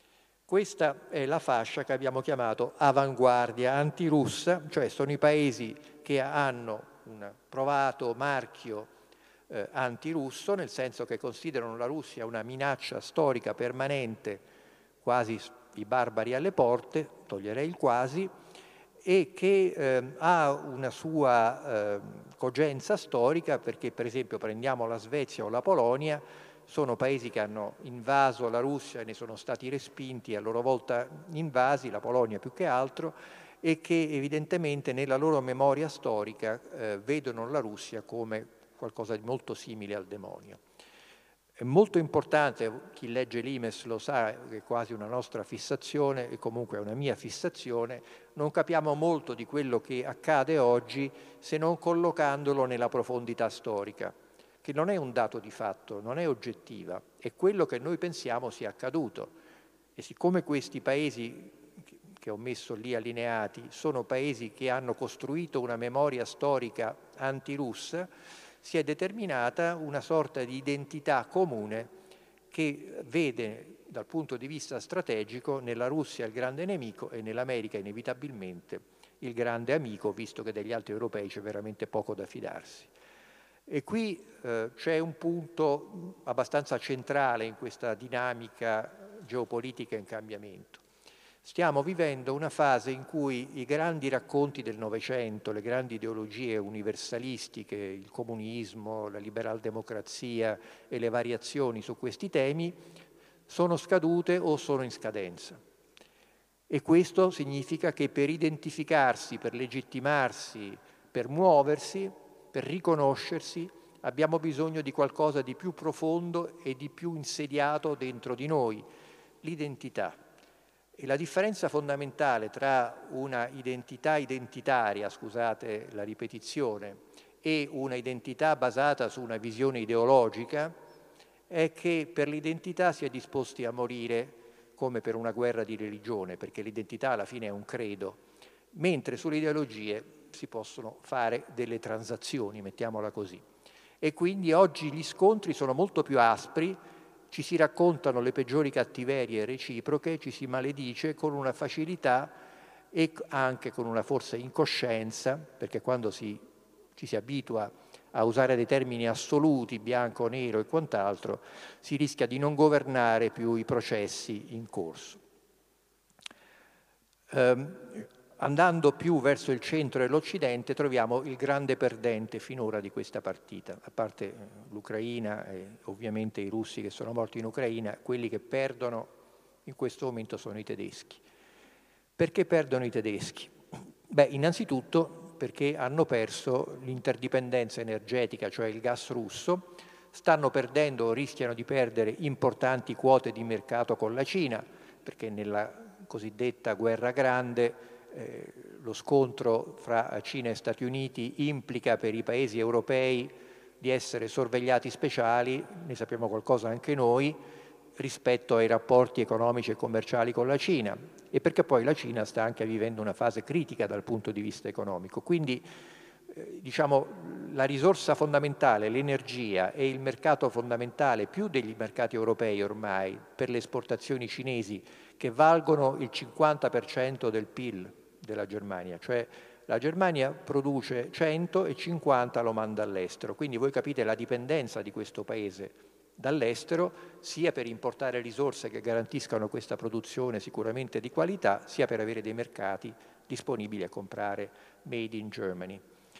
Questa è la fascia che abbiamo chiamato avanguardia antirussa, cioè sono i paesi che hanno un provato marchio eh, antirusso, nel senso che considerano la Russia una minaccia storica permanente, quasi i barbari alle porte, toglierei il quasi, e che eh, ha una sua eh, cogenza storica perché, per esempio, prendiamo la Svezia o la Polonia, sono paesi che hanno invaso la Russia e ne sono stati respinti, a loro volta invasi, la Polonia più che altro, e che evidentemente nella loro memoria storica eh, vedono la Russia come qualcosa di molto simile al demonio. È molto importante, chi legge l'I M E S lo sa, che è quasi una nostra fissazione e comunque è una mia fissazione, non capiamo molto di quello che accade oggi se non collocandolo nella profondità storica, che non è un dato di fatto, non è oggettiva, è quello che noi pensiamo sia accaduto. E siccome questi paesi che ho messo lì allineati sono paesi che hanno costruito una memoria storica antirussa, si è determinata una sorta di identità comune che vede dal punto di vista strategico nella Russia il grande nemico e nell'America inevitabilmente il grande amico, visto che degli altri europei c'è veramente poco da fidarsi. E qui eh, c'è un punto abbastanza centrale in questa dinamica geopolitica in cambiamento. Stiamo vivendo una fase in cui i grandi racconti del Novecento, le grandi ideologie universalistiche, il comunismo, la liberaldemocrazia e le variazioni su questi temi sono scadute o sono in scadenza. E questo significa che per identificarsi, per legittimarsi, per muoversi, per riconoscersi, abbiamo bisogno di qualcosa di più profondo e di più insediato dentro di noi, l'identità. E la differenza fondamentale tra una identità identitaria, scusate la ripetizione, e una identità basata su una visione ideologica è che per l'identità si è disposti a morire come per una guerra di religione, perché l'identità alla fine è un credo, mentre sulle ideologie si possono fare delle transazioni, mettiamola così. E quindi oggi gli scontri sono molto più aspri, ci si raccontano le peggiori cattiverie reciproche, ci si maledice con una facilità e anche con una forse incoscienza, perché quando si, ci si abitua a usare dei termini assoluti, bianco, nero e quant'altro, si rischia di non governare più i processi in corso. Um, andando più verso il centro e l'Occidente troviamo il grande perdente finora di questa partita, a parte l'Ucraina e ovviamente i russi che sono morti in Ucraina, quelli che perdono in questo momento sono i tedeschi. Perché perdono i tedeschi? Beh, innanzitutto perché hanno perso l'interdipendenza energetica, cioè il gas russo, stanno perdendo o rischiano di perdere importanti quote di mercato con la Cina, perché nella cosiddetta guerra grande eh, lo scontro fra Cina e Stati Uniti implica per i paesi europei di essere sorvegliati speciali, ne sappiamo qualcosa anche noi, rispetto ai rapporti economici e commerciali con la Cina, e perché poi la Cina sta anche vivendo una fase critica dal punto di vista economico. Quindi eh, diciamo, la risorsa fondamentale, l'energia e il mercato fondamentale, più degli mercati europei ormai, per le esportazioni cinesi, che valgono il cinquanta per cento del P I L della Germania, cioè la Germania produce cento e cinquanta lo manda all'estero, quindi voi capite la dipendenza di questo paese dall'estero, sia per importare risorse che garantiscano questa produzione sicuramente di qualità, sia per avere dei mercati disponibili a comprare made in Germany.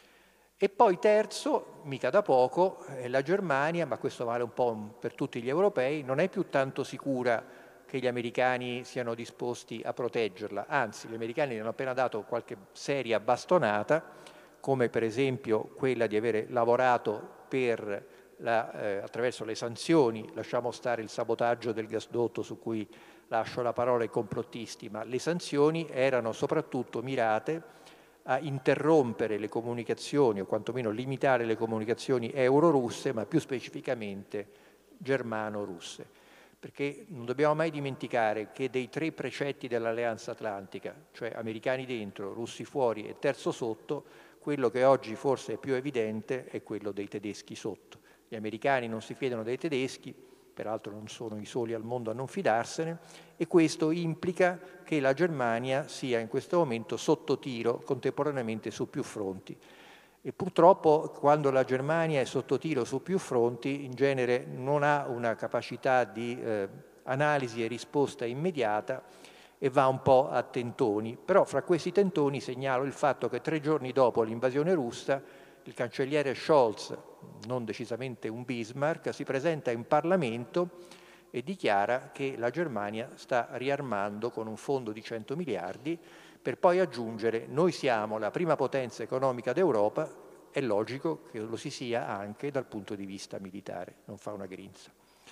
E poi terzo, mica da poco, la Germania, ma questo vale un po' per tutti gli europei, non è più tanto sicura che gli americani siano disposti a proteggerla, anzi gli americani gli hanno appena dato qualche seria bastonata, come per esempio quella di avere lavorato per la, eh, attraverso le sanzioni, lasciamo stare il sabotaggio del gasdotto su cui lascio la parola ai complottisti, ma le sanzioni erano soprattutto mirate a interrompere le comunicazioni o quantomeno limitare le comunicazioni euro-russe, ma più specificamente germano-russe. Perché non dobbiamo mai dimenticare che dei tre precetti dell'Alleanza Atlantica, cioè americani dentro, russi fuori e terzo sotto, quello che oggi forse è più evidente è quello dei tedeschi sotto. Gli americani non si fidano dei tedeschi, peraltro non sono i soli al mondo a non fidarsene, e questo implica che la Germania sia in questo momento sotto tiro contemporaneamente su più fronti. E purtroppo quando la Germania è sotto tiro su più fronti, in genere non ha una capacità di eh, analisi e risposta immediata e va un po' a tentoni. Però fra questi tentoni segnalo il fatto che tre giorni dopo l'invasione russa il cancelliere Scholz, non decisamente un Bismarck, si presenta in Parlamento e dichiara che la Germania sta riarmando con un fondo di cento miliardi, per poi aggiungere: noi siamo la prima potenza economica d'Europa, è logico che lo si sia anche dal punto di vista militare, non fa una grinza.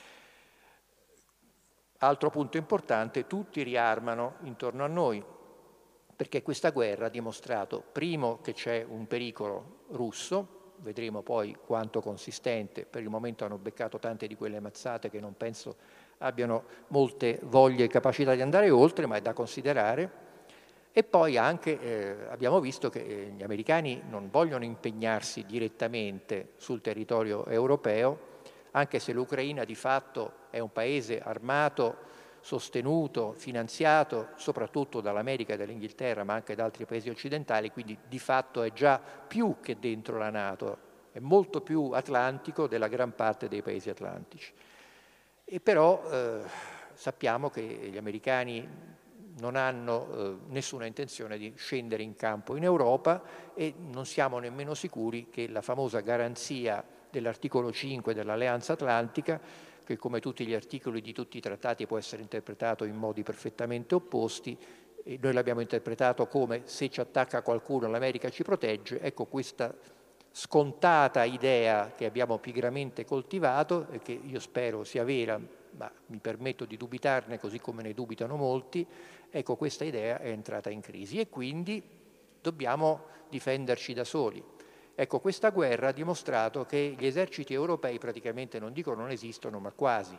Altro punto importante, tutti riarmano intorno a noi, perché questa guerra ha dimostrato, primo, che c'è un pericolo russo, vedremo poi quanto consistente, per il momento hanno beccato tante di quelle mazzate che non penso abbiano molte voglie e capacità di andare oltre, ma è da considerare. E poi anche eh, abbiamo visto che eh, gli americani non vogliono impegnarsi direttamente sul territorio europeo, anche se l'Ucraina di fatto è un paese armato, sostenuto, finanziato soprattutto dall'America e dall'Inghilterra, ma anche da altri paesi occidentali, quindi di fatto è già più che dentro la NATO, è molto più atlantico della gran parte dei paesi atlantici. E però eh, sappiamo che gli americani non hanno eh, nessuna intenzione di scendere in campo in Europa e non siamo nemmeno sicuri che la famosa garanzia dell'articolo cinque dell'Alleanza Atlantica, che come tutti gli articoli di tutti i trattati può essere interpretato in modi perfettamente opposti, e noi l'abbiamo interpretato come: se ci attacca qualcuno l'America ci protegge. Ecco, questa scontata idea che abbiamo pigramente coltivato e che io spero sia vera, ma mi permetto di dubitarne così come ne dubitano molti, ecco, questa idea è entrata in crisi e quindi dobbiamo difenderci da soli. Ecco, questa guerra ha dimostrato che gli eserciti europei praticamente, non dico non esistono, ma quasi.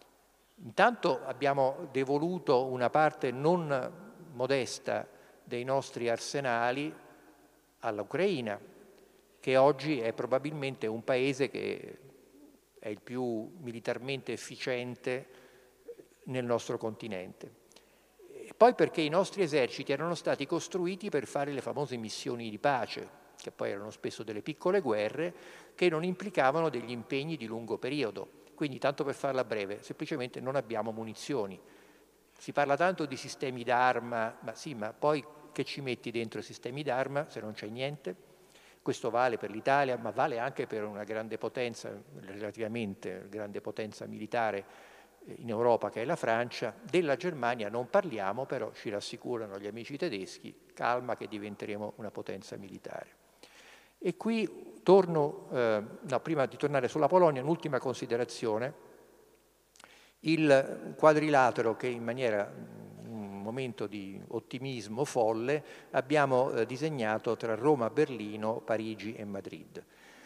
Intanto abbiamo devoluto una parte non modesta dei nostri arsenali all'Ucraina, che oggi è probabilmente un paese che è il più militarmente efficiente nel nostro continente. E poi perché i nostri eserciti erano stati costruiti per fare le famose missioni di pace, che poi erano spesso delle piccole guerre, che non implicavano degli impegni di lungo periodo. Quindi, tanto per farla breve, semplicemente non abbiamo munizioni. Si parla tanto di sistemi d'arma, ma sì, ma poi che ci metti dentro i sistemi d'arma se non c'è niente. Questo vale per l'Italia, ma vale anche per una grande potenza, relativamente grande potenza militare in Europa che è la Francia. Della Germania non parliamo, però ci rassicurano gli amici tedeschi, calma che diventeremo una potenza militare. E qui torno, eh, no, prima di tornare sulla Polonia, un'ultima considerazione. Il quadrilatero che in maniera, in un momento di ottimismo folle, abbiamo eh, disegnato tra Roma, Berlino, Parigi e Madrid.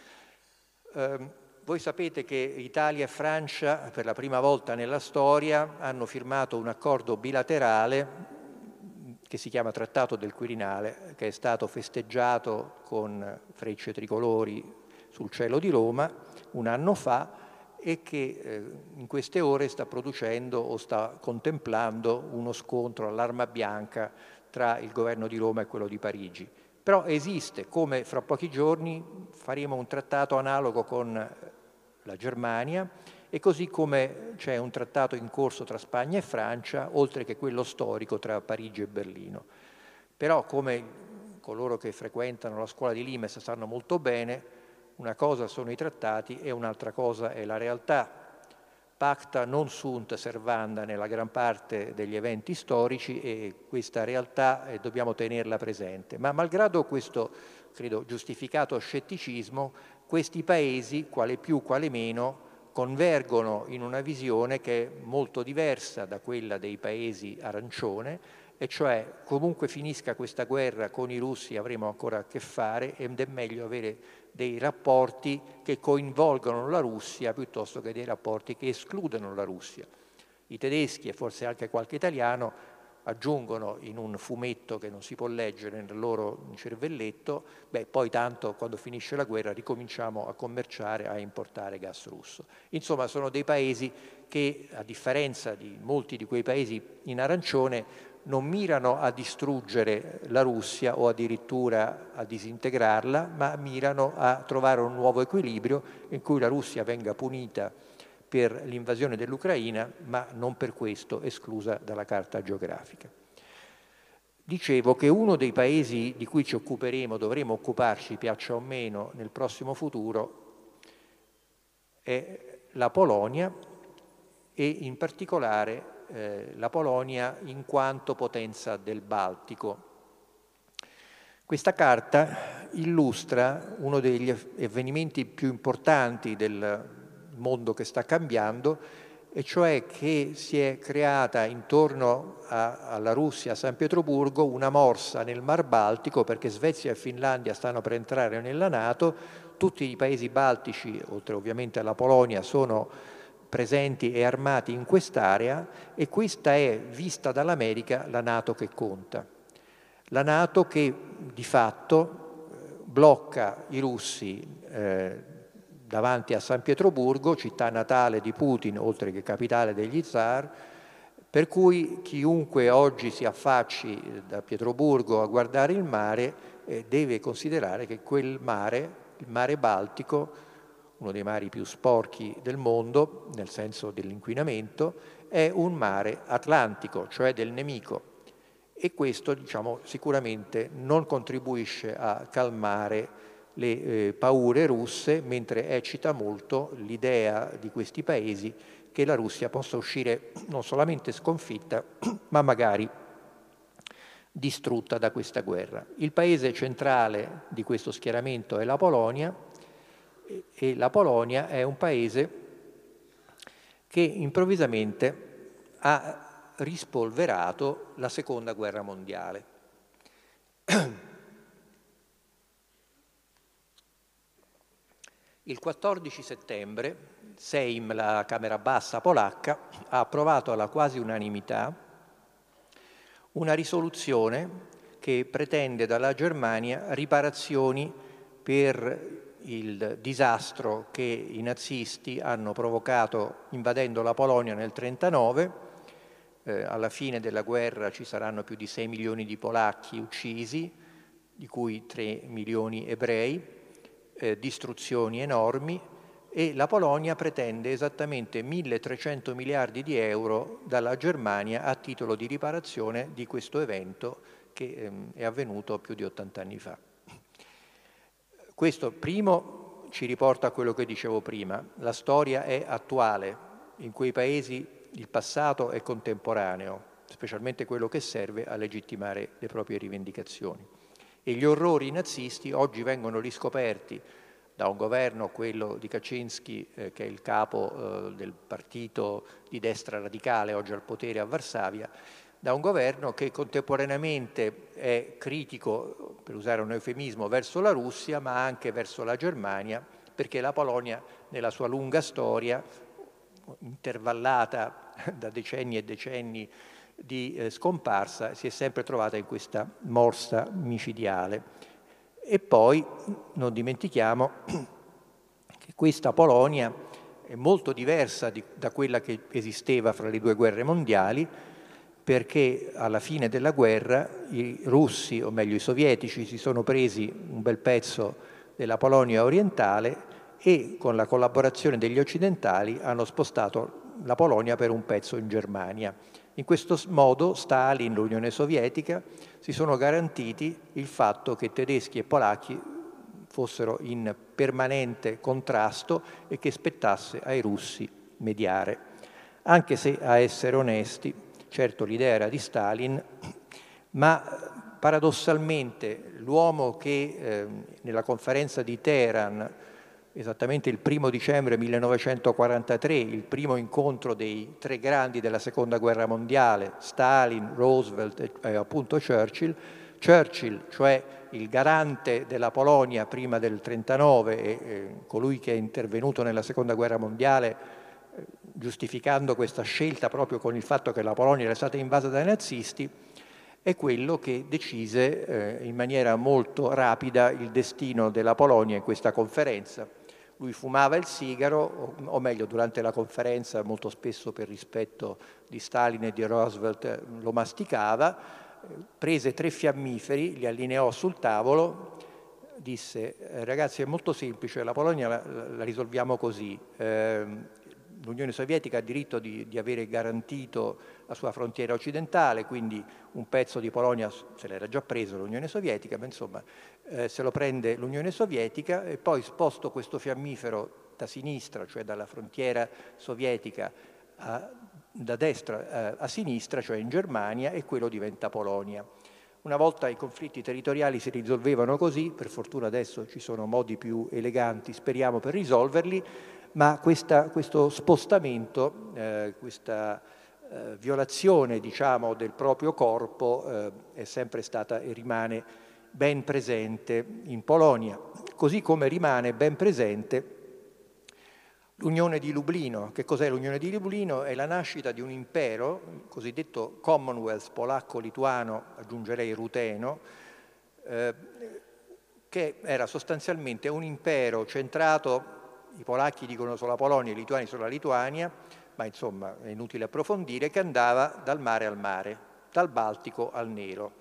Eh, Voi sapete che Italia e Francia per la prima volta nella storia hanno firmato un accordo bilaterale che si chiama Trattato del Quirinale, che è stato festeggiato con frecce tricolori sul cielo di Roma un anno fa e che eh, in queste ore sta producendo o sta contemplando uno scontro all'arma bianca tra il governo di Roma e quello di Parigi. Però esiste, come fra pochi giorni faremo un trattato analogo con la Germania e così come c'è un trattato in corso tra Spagna e Francia, oltre che quello storico tra Parigi e Berlino. Però, come coloro che frequentano la scuola di Limes sanno molto bene, una cosa sono i trattati e un'altra cosa è la realtà. Pacta non sunt servanda nella gran parte degli eventi storici e questa realtà eh, dobbiamo tenerla presente. Ma malgrado questo, credo, giustificato scetticismo, questi paesi, quale più, quale meno, convergono in una visione che è molto diversa da quella dei paesi arancione, e cioè comunque finisca questa guerra con i russi avremo ancora a che fare ed è meglio avere dei rapporti che coinvolgono la Russia piuttosto che dei rapporti che escludono la Russia. I tedeschi e forse anche qualche italiano aggiungono in un fumetto che non si può leggere nel loro cervelletto, beh poi tanto quando finisce la guerra ricominciamo a commerciare, a importare gas russo. Insomma sono dei paesi che a differenza di molti di quei paesi in arancione non mirano a distruggere la Russia o addirittura a disintegrarla, ma mirano a trovare un nuovo equilibrio in cui la Russia venga punita per l'invasione dell'Ucraina, ma non per questo esclusa dalla carta geografica. Dicevo che uno dei paesi di cui ci occuperemo, dovremo occuparci, piaccia o meno, nel prossimo futuro è la Polonia e in particolare eh, la Polonia in quanto potenza del Baltico. Questa carta illustra uno degli avvenimenti più importanti del mondo che sta cambiando, e cioè che si è creata intorno a, alla Russia, a San Pietroburgo, una morsa nel Mar Baltico, perché Svezia e Finlandia stanno per entrare nella NATO, tutti i paesi baltici, oltre ovviamente alla Polonia, sono presenti e armati in quest'area e questa è, vista dall'America, la NATO che conta. La NATO che di fatto blocca i russi eh, davanti a San Pietroburgo, città natale di Putin, oltre che capitale degli zar, per cui chiunque oggi si affacci da Pietroburgo a guardare il mare eh, deve considerare che quel mare, il mare Baltico, uno dei mari più sporchi del mondo, nel senso dell'inquinamento, è un mare atlantico, cioè del nemico. E questo, diciamo, sicuramente non contribuisce a calmare le eh, paure russe, mentre eccita molto l'idea di questi paesi che la Russia possa uscire non solamente sconfitta, ma magari distrutta da questa guerra. Il paese centrale di questo schieramento è la Polonia, e la Polonia è un paese che improvvisamente ha rispolverato la seconda guerra mondiale. Il quattordici settembre Sejm, la Camera Bassa polacca, ha approvato alla quasi unanimità una risoluzione che pretende dalla Germania riparazioni per il disastro che i nazisti hanno provocato invadendo la Polonia nel millenovecentontantanove. Eh, alla fine della guerra ci saranno più di sei milioni di polacchi uccisi, di cui tre milioni ebrei, eh, distruzioni enormi, e la Polonia pretende esattamente milletrecento miliardi di euro dalla Germania a titolo di riparazione di questo evento che ehm, è avvenuto più di ottanta anni fa. Questo, primo, ci riporta a quello che dicevo prima, la storia è attuale, in quei paesi il passato è contemporaneo, specialmente quello che serve a legittimare le proprie rivendicazioni. E gli orrori nazisti oggi vengono riscoperti da un governo, quello di Kaczynski, eh, che è il capo eh, del partito di destra radicale oggi al potere a Varsavia, da un governo che contemporaneamente è critico, per usare un eufemismo, verso la Russia, ma anche verso la Germania, perché la Polonia, nella sua lunga storia, intervallata da decenni e decenni di eh, scomparsa, si è sempre trovata in questa morsa micidiale. E poi non dimentichiamo che questa Polonia è molto diversa di, da quella che esisteva fra le due guerre mondiali, perché alla fine della guerra i russi, o meglio i sovietici, si sono presi un bel pezzo della Polonia orientale e con la collaborazione degli occidentali hanno spostato la Polonia per un pezzo in Germania. In questo modo Stalin, l'Unione Sovietica, si sono garantiti il fatto che tedeschi e polacchi fossero in permanente contrasto e che spettasse ai russi mediare. Anche se, a essere onesti, certo l'idea era di Stalin, ma paradossalmente l'uomo che eh, nella conferenza di Teheran, esattamente il primo dicembre millenovecentoquarantatré, il primo incontro dei tre grandi della seconda guerra mondiale, Stalin, Roosevelt e eh, appunto Churchill, Churchill, cioè il garante della Polonia prima del trentanove e eh, colui che è intervenuto nella seconda guerra mondiale eh, giustificando questa scelta proprio con il fatto che la Polonia era stata invasa dai nazisti, è quello che decise eh, in maniera molto rapida il destino della Polonia in questa conferenza. Lui fumava il sigaro, o meglio durante la conferenza, molto spesso per rispetto di Stalin e di Roosevelt, lo masticava, prese tre fiammiferi, li allineò sul tavolo, disse ragazzi è molto semplice, la Polonia la, la risolviamo così, eh, l'Unione Sovietica ha diritto di, di avere garantito la sua frontiera occidentale, quindi un pezzo di Polonia se l'era già preso l'Unione Sovietica, ma insomma eh, se lo prende l'Unione Sovietica e poi sposto questo fiammifero da sinistra, cioè dalla frontiera sovietica, a, da destra eh, a sinistra, cioè in Germania, e quello diventa Polonia. Una volta i conflitti territoriali si risolvevano così, per fortuna adesso ci sono modi più eleganti, speriamo, per risolverli, ma questa, questo spostamento, eh, questa eh, violazione diciamo, del proprio corpo eh, è sempre stata e rimane ben presente in Polonia, così come rimane ben presente l'Unione di Lublino. Che cos'è l'Unione di Lublino? È la nascita di un impero, il cosiddetto Commonwealth polacco-lituano, aggiungerei ruteno, eh, che era sostanzialmente un impero centrato, i polacchi dicono sulla Polonia, i lituani sulla Lituania, ma insomma è inutile approfondire, che andava dal mare al mare, dal Baltico al Nero.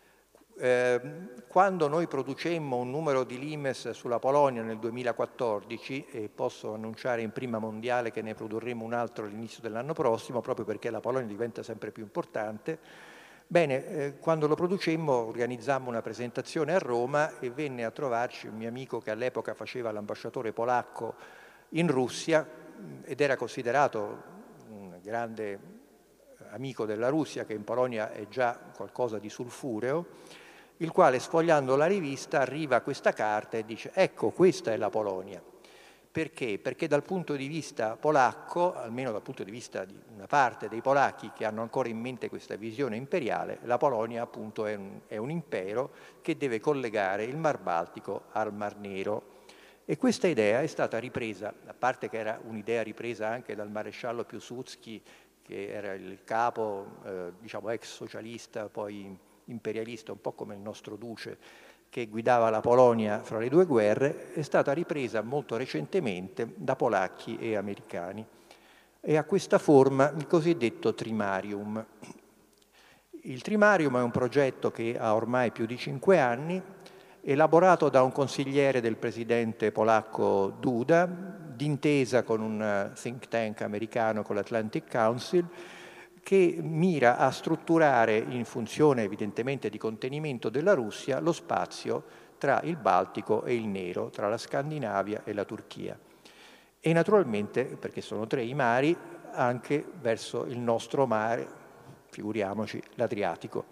Eh, quando noi producemmo un numero di Limes sulla Polonia nel duemilaquattordici, e posso annunciare in prima mondiale che ne produrremo un altro all'inizio dell'anno prossimo, proprio perché la Polonia diventa sempre più importante, bene, eh, quando lo producemmo organizzammo una presentazione a Roma e venne a trovarci un mio amico che all'epoca faceva l'ambasciatore polacco in Russia ed era considerato un grande amico della Russia, che in Polonia è già qualcosa di sulfureo, il quale, sfogliando la rivista, arriva a questa carta e dice ecco, questa è la Polonia. Perché? Perché dal punto di vista polacco, almeno dal punto di vista di una parte dei polacchi che hanno ancora in mente questa visione imperiale, la Polonia appunto è un, è un impero che deve collegare il Mar Baltico al Mar Nero. E questa idea è stata ripresa, a parte che era un'idea ripresa anche dal maresciallo Piłsudski, che era il capo, eh, diciamo, ex socialista, poi imperialista, un po' come il nostro duce, che guidava la Polonia fra le due guerre, è stata ripresa molto recentemente da polacchi e americani. E ha questa forma il cosiddetto Trimarium. Il Trimarium è un progetto che ha ormai più di cinque anni, elaborato da un consigliere del presidente polacco Duda, d'intesa con un think tank americano, con l'Atlantic Council, che mira a strutturare, in funzione evidentemente di contenimento della Russia, lo spazio tra il Baltico e il Nero, tra la Scandinavia e la Turchia. E naturalmente, perché sono tre i mari, anche verso il nostro mare, figuriamoci, l'Adriatico.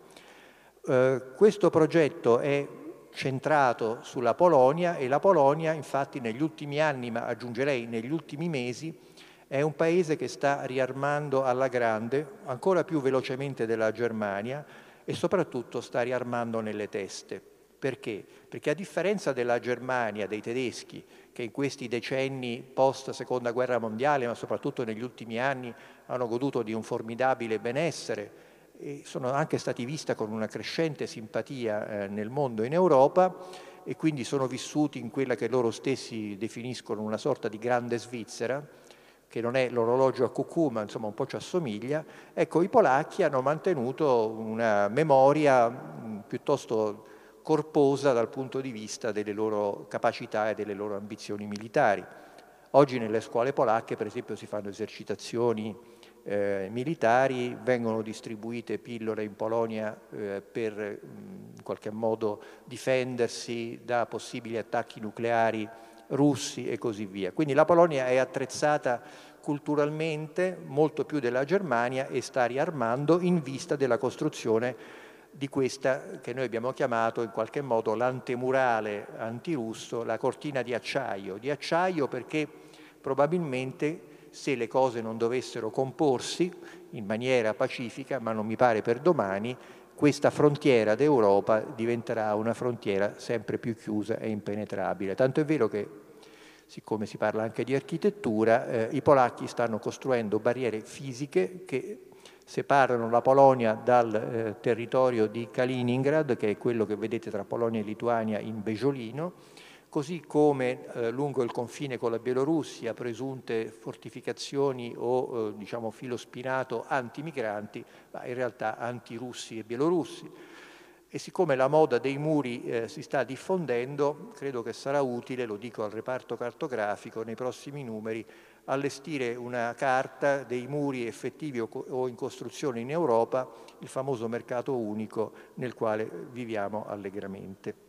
Eh, questo progetto è centrato sulla Polonia e la Polonia, infatti, negli ultimi anni, ma aggiungerei negli ultimi mesi, è un paese che sta riarmando alla grande, ancora più velocemente della Germania, e soprattutto sta riarmando nelle teste. Perché? Perché a differenza della Germania, dei tedeschi, che in questi decenni post-seconda guerra mondiale, ma soprattutto negli ultimi anni, hanno goduto di un formidabile benessere e sono anche stati visti con una crescente simpatia eh, nel mondo e in Europa, e quindi sono vissuti in quella che loro stessi definiscono una sorta di grande Svizzera, che non è l'orologio a cucù, ma insomma un po' ci assomiglia. Ecco, i polacchi hanno mantenuto una memoria mh, piuttosto corposa dal punto di vista delle loro capacità e delle loro ambizioni militari. Oggi nelle scuole polacche, per esempio, si fanno esercitazioni eh, militari, vengono distribuite pillole in Polonia eh, per mh, in qualche modo difendersi da possibili attacchi nucleari russi e così via. Quindi la Polonia è attrezzata culturalmente molto più della Germania e sta riarmando in vista della costruzione di questa che noi abbiamo chiamato in qualche modo l'antemurale antirusso, la cortina di acciaio. Di acciaio perché probabilmente, se le cose non dovessero comporsi in maniera pacifica, ma non mi pare per domani, questa frontiera d'Europa diventerà una frontiera sempre più chiusa e impenetrabile. Tanto è vero che, siccome si parla anche di architettura, eh, i polacchi stanno costruendo barriere fisiche che separano la Polonia dal eh, territorio di Kaliningrad, che è quello che vedete tra Polonia e Lituania in beggiolino, così come eh, lungo il confine con la Bielorussia presunte fortificazioni o eh, diciamo filo spinato antimigranti, ma in realtà antirussi e bielorussi. E siccome la moda dei muri eh, si sta diffondendo, credo che sarà utile, lo dico al reparto cartografico, nei prossimi numeri, allestire una carta dei muri effettivi o, o in costruzione in Europa, il famoso mercato unico nel quale viviamo allegramente.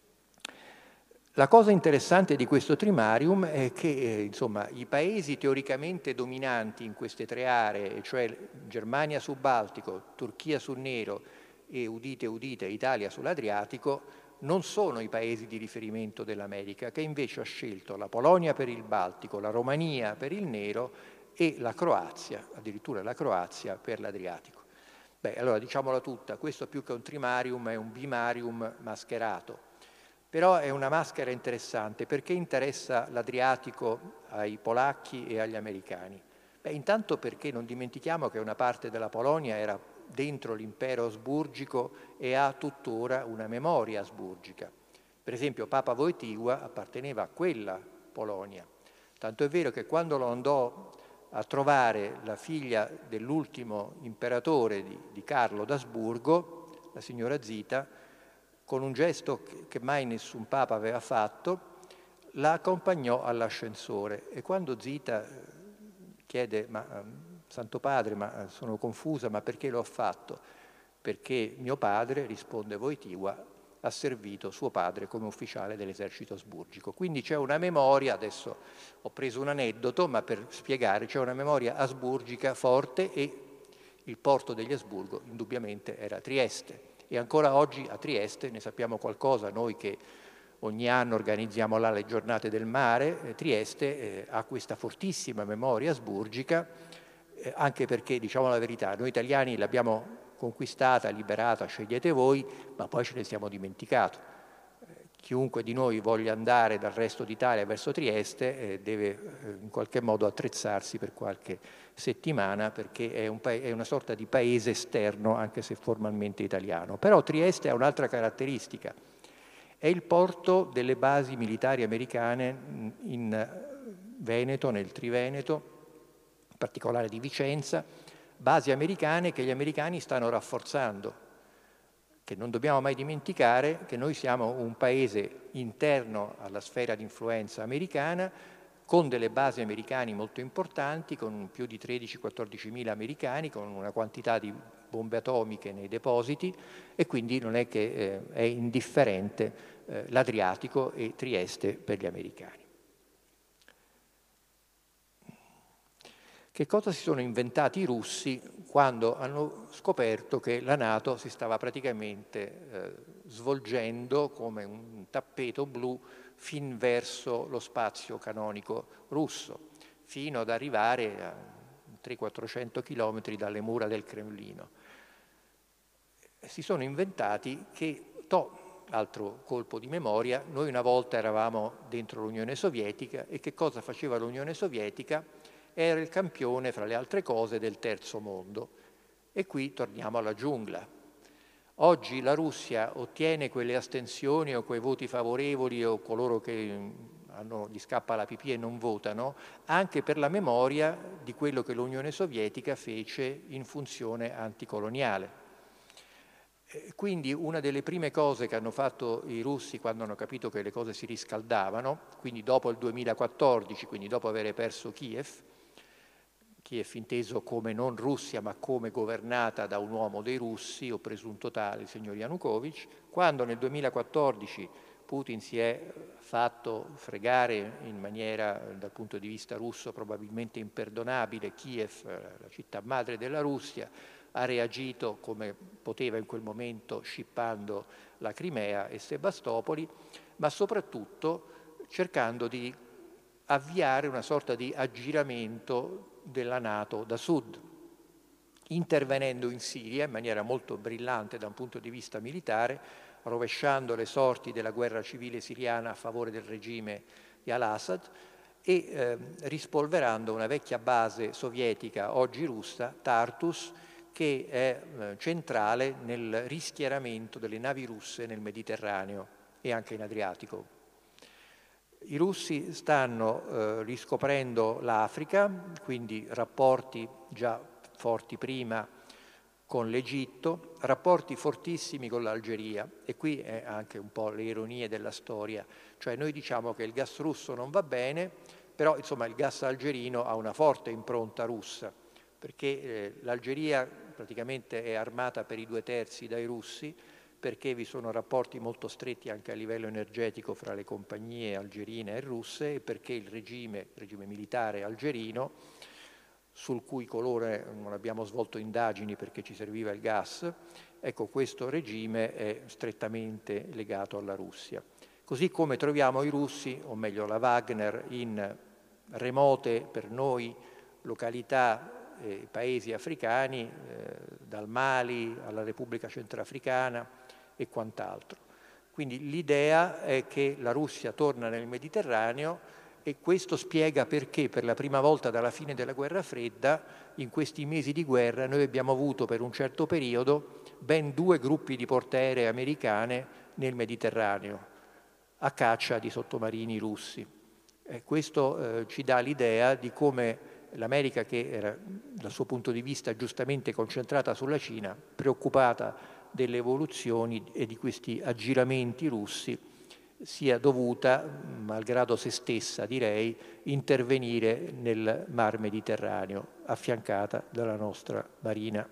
La cosa interessante di questo trimarium è che eh, insomma, i paesi teoricamente dominanti in queste tre aree, cioè Germania sul Baltico, Turchia sul Nero e, udite udite, Italia sull'Adriatico, non sono i paesi di riferimento dell'America, che invece ha scelto la Polonia per il Baltico, la Romania per il Nero e la Croazia, addirittura la Croazia per l'Adriatico. Beh, allora diciamola tutta, questo più che un trimarium è un bimarium mascherato. Però è una maschera interessante perché interessa l'Adriatico ai polacchi e agli americani. Beh, intanto perché non dimentichiamo che una parte della Polonia era dentro l'impero asburgico e ha tuttora una memoria asburgica. Per esempio Papa Wojtyła apparteneva a quella Polonia. Tanto è vero che quando lo andò a trovare la figlia dell'ultimo imperatore di, di Carlo d'Asburgo, la signora Zita, con un gesto che mai nessun papa aveva fatto, la accompagnò all'ascensore. E quando Zita chiede, ma Santo Padre, ma sono confusa, ma perché l'ho fatto? Perché mio padre, risponde Wojtyła, ha servito suo padre come ufficiale dell'esercito asburgico. Quindi c'è una memoria, adesso ho preso un aneddoto, ma per spiegare, c'è una memoria asburgica forte e il porto degli Asburgo indubbiamente era Trieste. E ancora oggi a Trieste ne sappiamo qualcosa, noi che ogni anno organizziamo là le giornate del mare, eh, Trieste eh, ha questa fortissima memoria asburgica, eh, anche perché, diciamo la verità, noi italiani l'abbiamo conquistata, liberata, scegliete voi, ma poi ce ne siamo dimenticati. Eh, chiunque di noi voglia andare dal resto d'Italia verso Trieste eh, deve eh, in qualche modo attrezzarsi per qualche settimana, perché è, un è una sorta di paese esterno, anche se formalmente italiano. Però Trieste ha un'altra caratteristica, è il porto delle basi militari americane in Veneto, nel Triveneto, in particolare di Vicenza, basi americane che gli americani stanno rafforzando, che non dobbiamo mai dimenticare che noi siamo un paese interno alla sfera di influenza americana, con delle basi americane molto importanti, con più di tredici quattordici mila americani, con una quantità di bombe atomiche nei depositi, e quindi non è che eh, è indifferente eh, l'Adriatico e Trieste per gli americani. Che cosa si sono inventati i russi quando hanno scoperto che la NATO si stava praticamente eh, svolgendo come un tappeto blu fin verso lo spazio canonico russo, fino ad arrivare a trecento quattrocento chilometri dalle mura del Cremlino? Si sono inventati che, to, altro colpo di memoria, noi una volta eravamo dentro l'Unione Sovietica, e che cosa faceva l'Unione Sovietica? Era il campione, fra le altre cose, del terzo mondo. E qui torniamo alla giungla. Oggi la Russia ottiene quelle astensioni o quei voti favorevoli o coloro che hanno, gli scappa la pipì e non votano, anche per la memoria di quello che l'Unione Sovietica fece in funzione anticoloniale. Quindi una delle prime cose che hanno fatto i russi quando hanno capito che le cose si riscaldavano, quindi dopo il duemilaquattordici, quindi dopo aver perso Kiev, Kiev inteso come non Russia ma come governata da un uomo dei russi o presunto tale, il signor Yanukovych, quando nel duemilaquattordici Putin si è fatto fregare in maniera dal punto di vista russo probabilmente imperdonabile Kiev, la città madre della Russia, ha reagito come poteva in quel momento scippando la Crimea e Sebastopoli, ma soprattutto cercando di avviare una sorta di aggiramento della NATO da sud, intervenendo in Siria in maniera molto brillante da un punto di vista militare, rovesciando le sorti della guerra civile siriana a favore del regime di al-Assad e eh, rispolverando una vecchia base sovietica, oggi russa, Tartus, che è eh, centrale nel rischieramento delle navi russe nel Mediterraneo e anche in Adriatico. I russi stanno eh, riscoprendo l'Africa, quindi rapporti già forti prima con l'Egitto, rapporti fortissimi con l'Algeria, e qui è anche un po' le ironie della storia, cioè noi diciamo che il gas russo non va bene, però insomma il gas algerino ha una forte impronta russa, perché eh, l'Algeria praticamente è armata per i due terzi dai russi, perché vi sono rapporti molto stretti anche a livello energetico fra le compagnie algerine e russe, e perché il regime, il regime militare algerino, sul cui colore non abbiamo svolto indagini perché ci serviva il gas, ecco, questo regime è strettamente legato alla Russia. Così come troviamo i russi, o meglio la Wagner, in remote per noi località e paesi africani, eh, dal Mali alla Repubblica Centrafricana e quant'altro. Quindi l'idea è che la Russia torna nel Mediterraneo, e questo spiega perché per la prima volta dalla fine della guerra fredda, in questi mesi di guerra, noi abbiamo avuto per un certo periodo ben due gruppi di portaerei americane nel Mediterraneo, a caccia di sottomarini russi. E questo eh, ci dà l'idea di come l'America, che era dal suo punto di vista giustamente concentrata sulla Cina, preoccupata delle evoluzioni e di questi aggiramenti russi, sia dovuta, malgrado se stessa direi, intervenire nel Mar Mediterraneo, affiancata dalla nostra marina.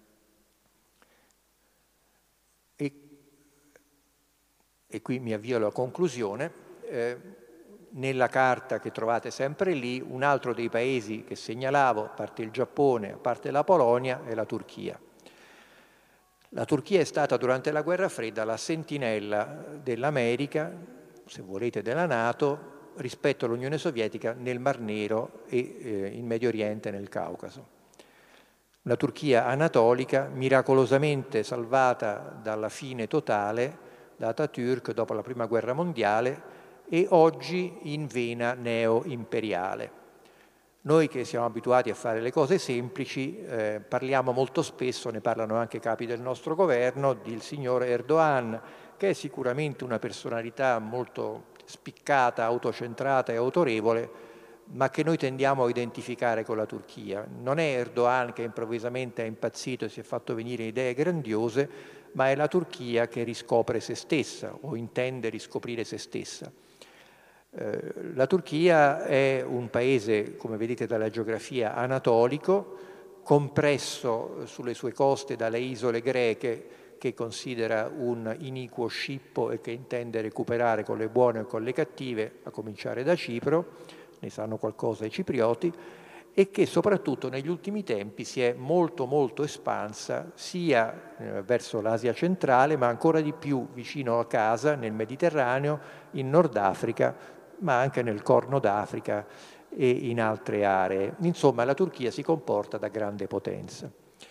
E, e qui mi avvio alla conclusione. Eh, nella carta che trovate sempre lì, un altro dei paesi che segnalavo, a parte il Giappone, a parte la Polonia, è la Turchia. La Turchia è stata durante la guerra fredda la sentinella dell'America, se volete della NATO, rispetto all'Unione Sovietica nel Mar Nero e eh, in Medio Oriente e nel Caucaso. La Turchia anatolica, miracolosamente salvata dalla fine totale da Atatürk dopo la Prima Guerra Mondiale e oggi in vena neo-imperiale. Noi che siamo abituati a fare le cose semplici, eh, parliamo molto spesso, ne parlano anche capi del nostro governo, del signor Erdogan, che è sicuramente una personalità molto spiccata, autocentrata e autorevole, ma che noi tendiamo a identificare con la Turchia. Non è Erdogan che improvvisamente è impazzito e si è fatto venire idee grandiose, ma è la Turchia che riscopre se stessa o intende riscoprire se stessa. Eh, la Turchia è un paese, come vedete dalla geografia, anatolico, compresso sulle sue coste dalle isole greche, che considera un iniquo scippo e che intende recuperare con le buone e con le cattive, a cominciare da Cipro, ne sanno qualcosa i ciprioti, e che soprattutto negli ultimi tempi si è molto molto espansa sia eh, verso l'Asia centrale, ma ancora di più vicino a casa, nel Mediterraneo, in Nord Africa, ma anche nel Corno d'Africa e in altre aree. Insomma, la Turchia si comporta da grande potenza.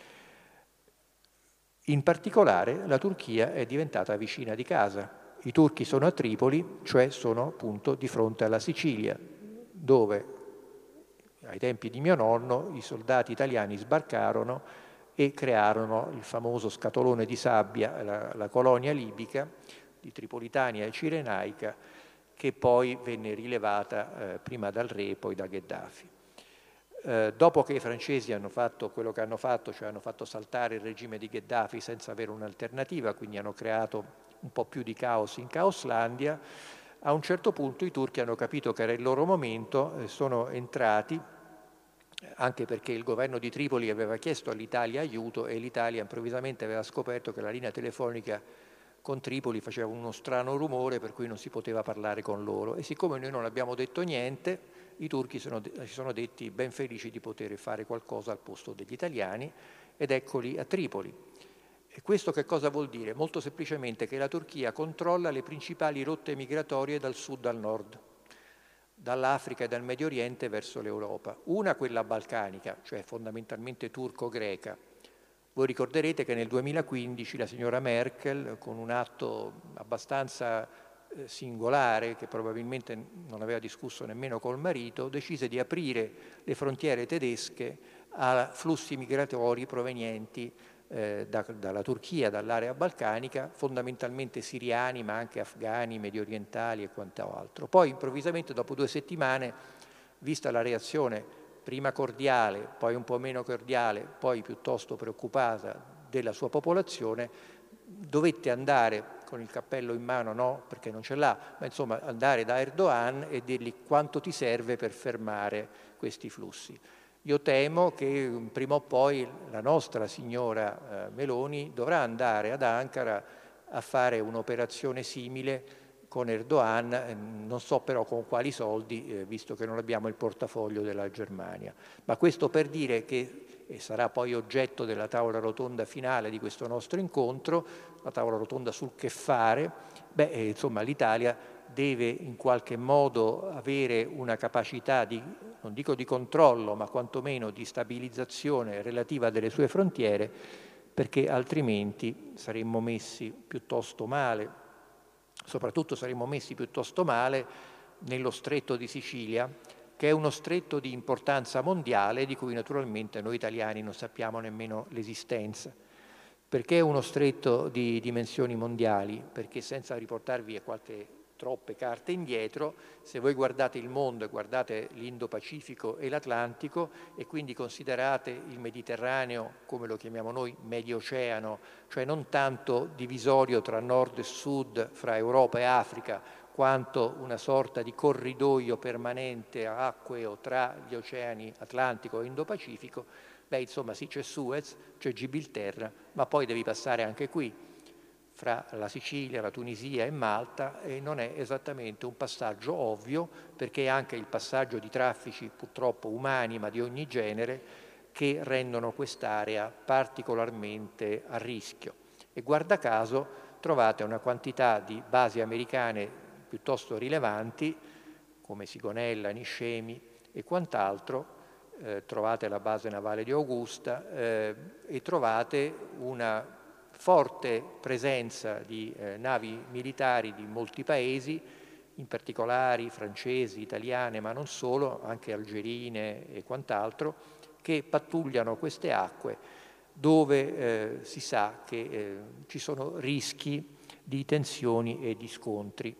In particolare la Turchia è diventata vicina di casa. I turchi sono a Tripoli, cioè sono appunto di fronte alla Sicilia, dove ai tempi di mio nonno i soldati italiani sbarcarono e crearono il famoso scatolone di sabbia, la, la colonia libica di Tripolitania e Cirenaica, che poi venne rilevata eh, prima dal re e poi da Gheddafi. Eh, dopo che i francesi hanno fatto quello che hanno fatto, cioè hanno fatto saltare il regime di Gheddafi senza avere un'alternativa, quindi hanno creato un po' più di caos in Caoslandia, a un certo punto i turchi hanno capito che era il loro momento e sono entrati, anche perché il governo di Tripoli aveva chiesto all'Italia aiuto e l'Italia improvvisamente aveva scoperto che la linea telefonica con Tripoli faceva uno strano rumore per cui non si poteva parlare con loro, e siccome noi non abbiamo detto niente, i turchi sono, si sono detti ben felici di poter fare qualcosa al posto degli italiani, ed eccoli a Tripoli. E questo che cosa vuol dire? Molto semplicemente che la Turchia controlla le principali rotte migratorie dal sud al nord, dall'Africa e dal Medio Oriente verso l'Europa. Una, quella balcanica, cioè fondamentalmente turco-greca. Voi ricorderete che nel duemilaquindici la signora Merkel, con un atto abbastanza eh, singolare, che probabilmente non aveva discusso nemmeno col marito, decise di aprire le frontiere tedesche a flussi migratori provenienti eh, da, dalla Turchia, dall'area balcanica, fondamentalmente siriani, ma anche afghani, medio orientali e quanto altro. Poi improvvisamente, dopo due settimane, vista la reazione prima cordiale, poi un po' meno cordiale, poi piuttosto preoccupata della sua popolazione, dovette andare con il cappello in mano, no, perché non ce l'ha, ma insomma andare da Erdogan e dirgli quanto ti serve per fermare questi flussi. Io temo che prima o poi la nostra signora eh, Meloni dovrà andare ad Ankara a fare un'operazione simile con Erdogan, non so però con quali soldi, eh, visto che non abbiamo il portafoglio della Germania. Ma questo per dire che, e sarà poi oggetto della tavola rotonda finale di questo nostro incontro, la tavola rotonda sul che fare, beh, eh, insomma l'Italia deve in qualche modo avere una capacità di, non dico di controllo, ma quantomeno di stabilizzazione relativa delle sue frontiere, perché altrimenti saremmo messi piuttosto male. Soprattutto saremmo messi piuttosto male nello stretto di Sicilia, che è uno stretto di importanza mondiale di cui naturalmente noi italiani non sappiamo nemmeno l'esistenza. Perché è uno stretto di dimensioni mondiali? Perché, senza riportarvi qualche troppe carte indietro, se voi guardate il mondo e guardate l'Indo-Pacifico e l'Atlantico e quindi considerate il Mediterraneo, come lo chiamiamo noi, medio oceano, cioè non tanto divisorio tra nord e sud, fra Europa e Africa, quanto una sorta di corridoio permanente acqueo tra gli oceani Atlantico e Indo-Pacifico, beh, insomma sì, c'è Suez, c'è Gibilterra, ma poi devi passare anche qui, fra la Sicilia, la Tunisia e Malta, e non è esattamente un passaggio ovvio, perché è anche il passaggio di traffici purtroppo umani, ma di ogni genere, che rendono quest'area particolarmente a rischio. E guarda caso trovate una quantità di basi americane piuttosto rilevanti, come Sigonella, Niscemi e quant'altro, eh, trovate la base navale di Augusta eh, e trovate una forte presenza di eh, navi militari di molti paesi, in particolare francesi, italiane, ma non solo, anche algerine e quant'altro, che pattugliano queste acque dove eh, si sa che eh, ci sono rischi di tensioni e di scontri.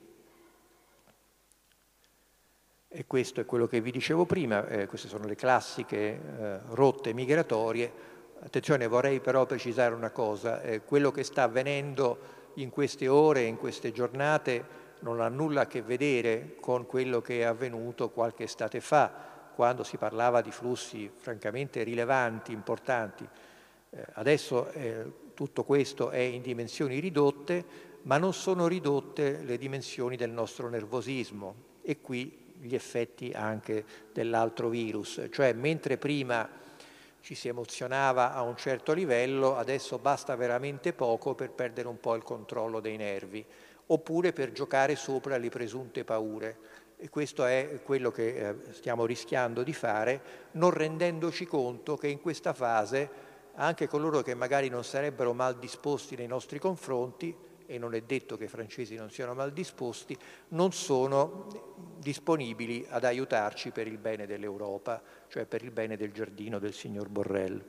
E questo è quello che vi dicevo prima, eh, queste sono le classiche eh, rotte migratorie. Attenzione, vorrei però precisare una cosa, eh, quello che sta avvenendo in queste ore, in queste giornate, non ha nulla a che vedere con quello che è avvenuto qualche estate fa, quando si parlava di flussi francamente rilevanti, importanti. Eh, adesso eh, tutto questo è in dimensioni ridotte, ma non sono ridotte le dimensioni del nostro nervosismo, e qui gli effetti anche dell'altro virus, cioè mentre prima ci si emozionava a un certo livello, adesso basta veramente poco per perdere un po' il controllo dei nervi, oppure per giocare sopra le presunte paure. E questo è quello che eh, stiamo rischiando di fare, non rendendoci conto che in questa fase anche coloro che magari non sarebbero mal disposti nei nostri confronti, e non è detto che i francesi non siano mal disposti, non sono disponibili ad aiutarci per il bene dell'Europa, cioè per il bene del giardino del signor Borrell.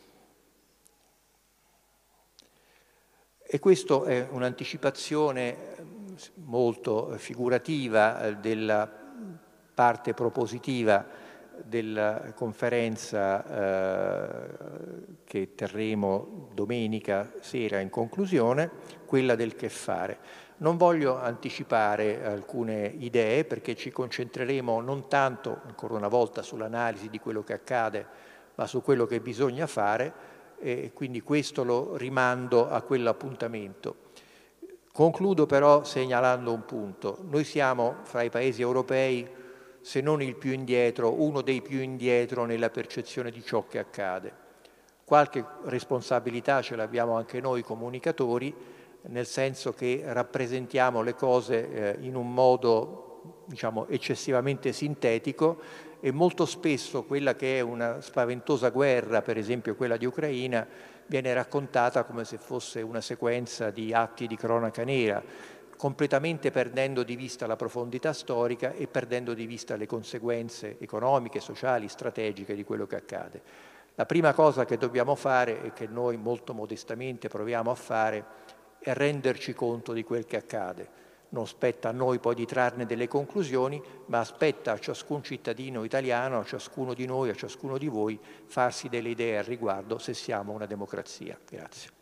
E questa è un'anticipazione molto figurativa della parte propositiva della conferenza eh, che terremo domenica sera in conclusione, quella del che fare. Non voglio anticipare alcune idee perché ci concentreremo non tanto, ancora una volta, sull'analisi di quello che accade, ma su quello che bisogna fare, e quindi questo lo rimando a quell'appuntamento. Concludo però segnalando un punto. Noi siamo fra i paesi europei, se non il più indietro, uno dei più indietro nella percezione di ciò che accade. Qualche responsabilità ce l'abbiamo anche noi comunicatori, nel senso che rappresentiamo le cose eh, in un modo, diciamo, eccessivamente sintetico, e molto spesso quella che è una spaventosa guerra, per esempio quella di Ucraina, viene raccontata come se fosse una sequenza di atti di cronaca nera, completamente perdendo di vista la profondità storica e perdendo di vista le conseguenze economiche, sociali, strategiche di quello che accade. La prima cosa che dobbiamo fare, e che noi molto modestamente proviamo a fare, è renderci conto di quel che accade. Non spetta a noi poi di trarne delle conclusioni, ma aspetta a ciascun cittadino italiano, a ciascuno di noi, a ciascuno di voi, farsi delle idee al riguardo se siamo una democrazia. Grazie.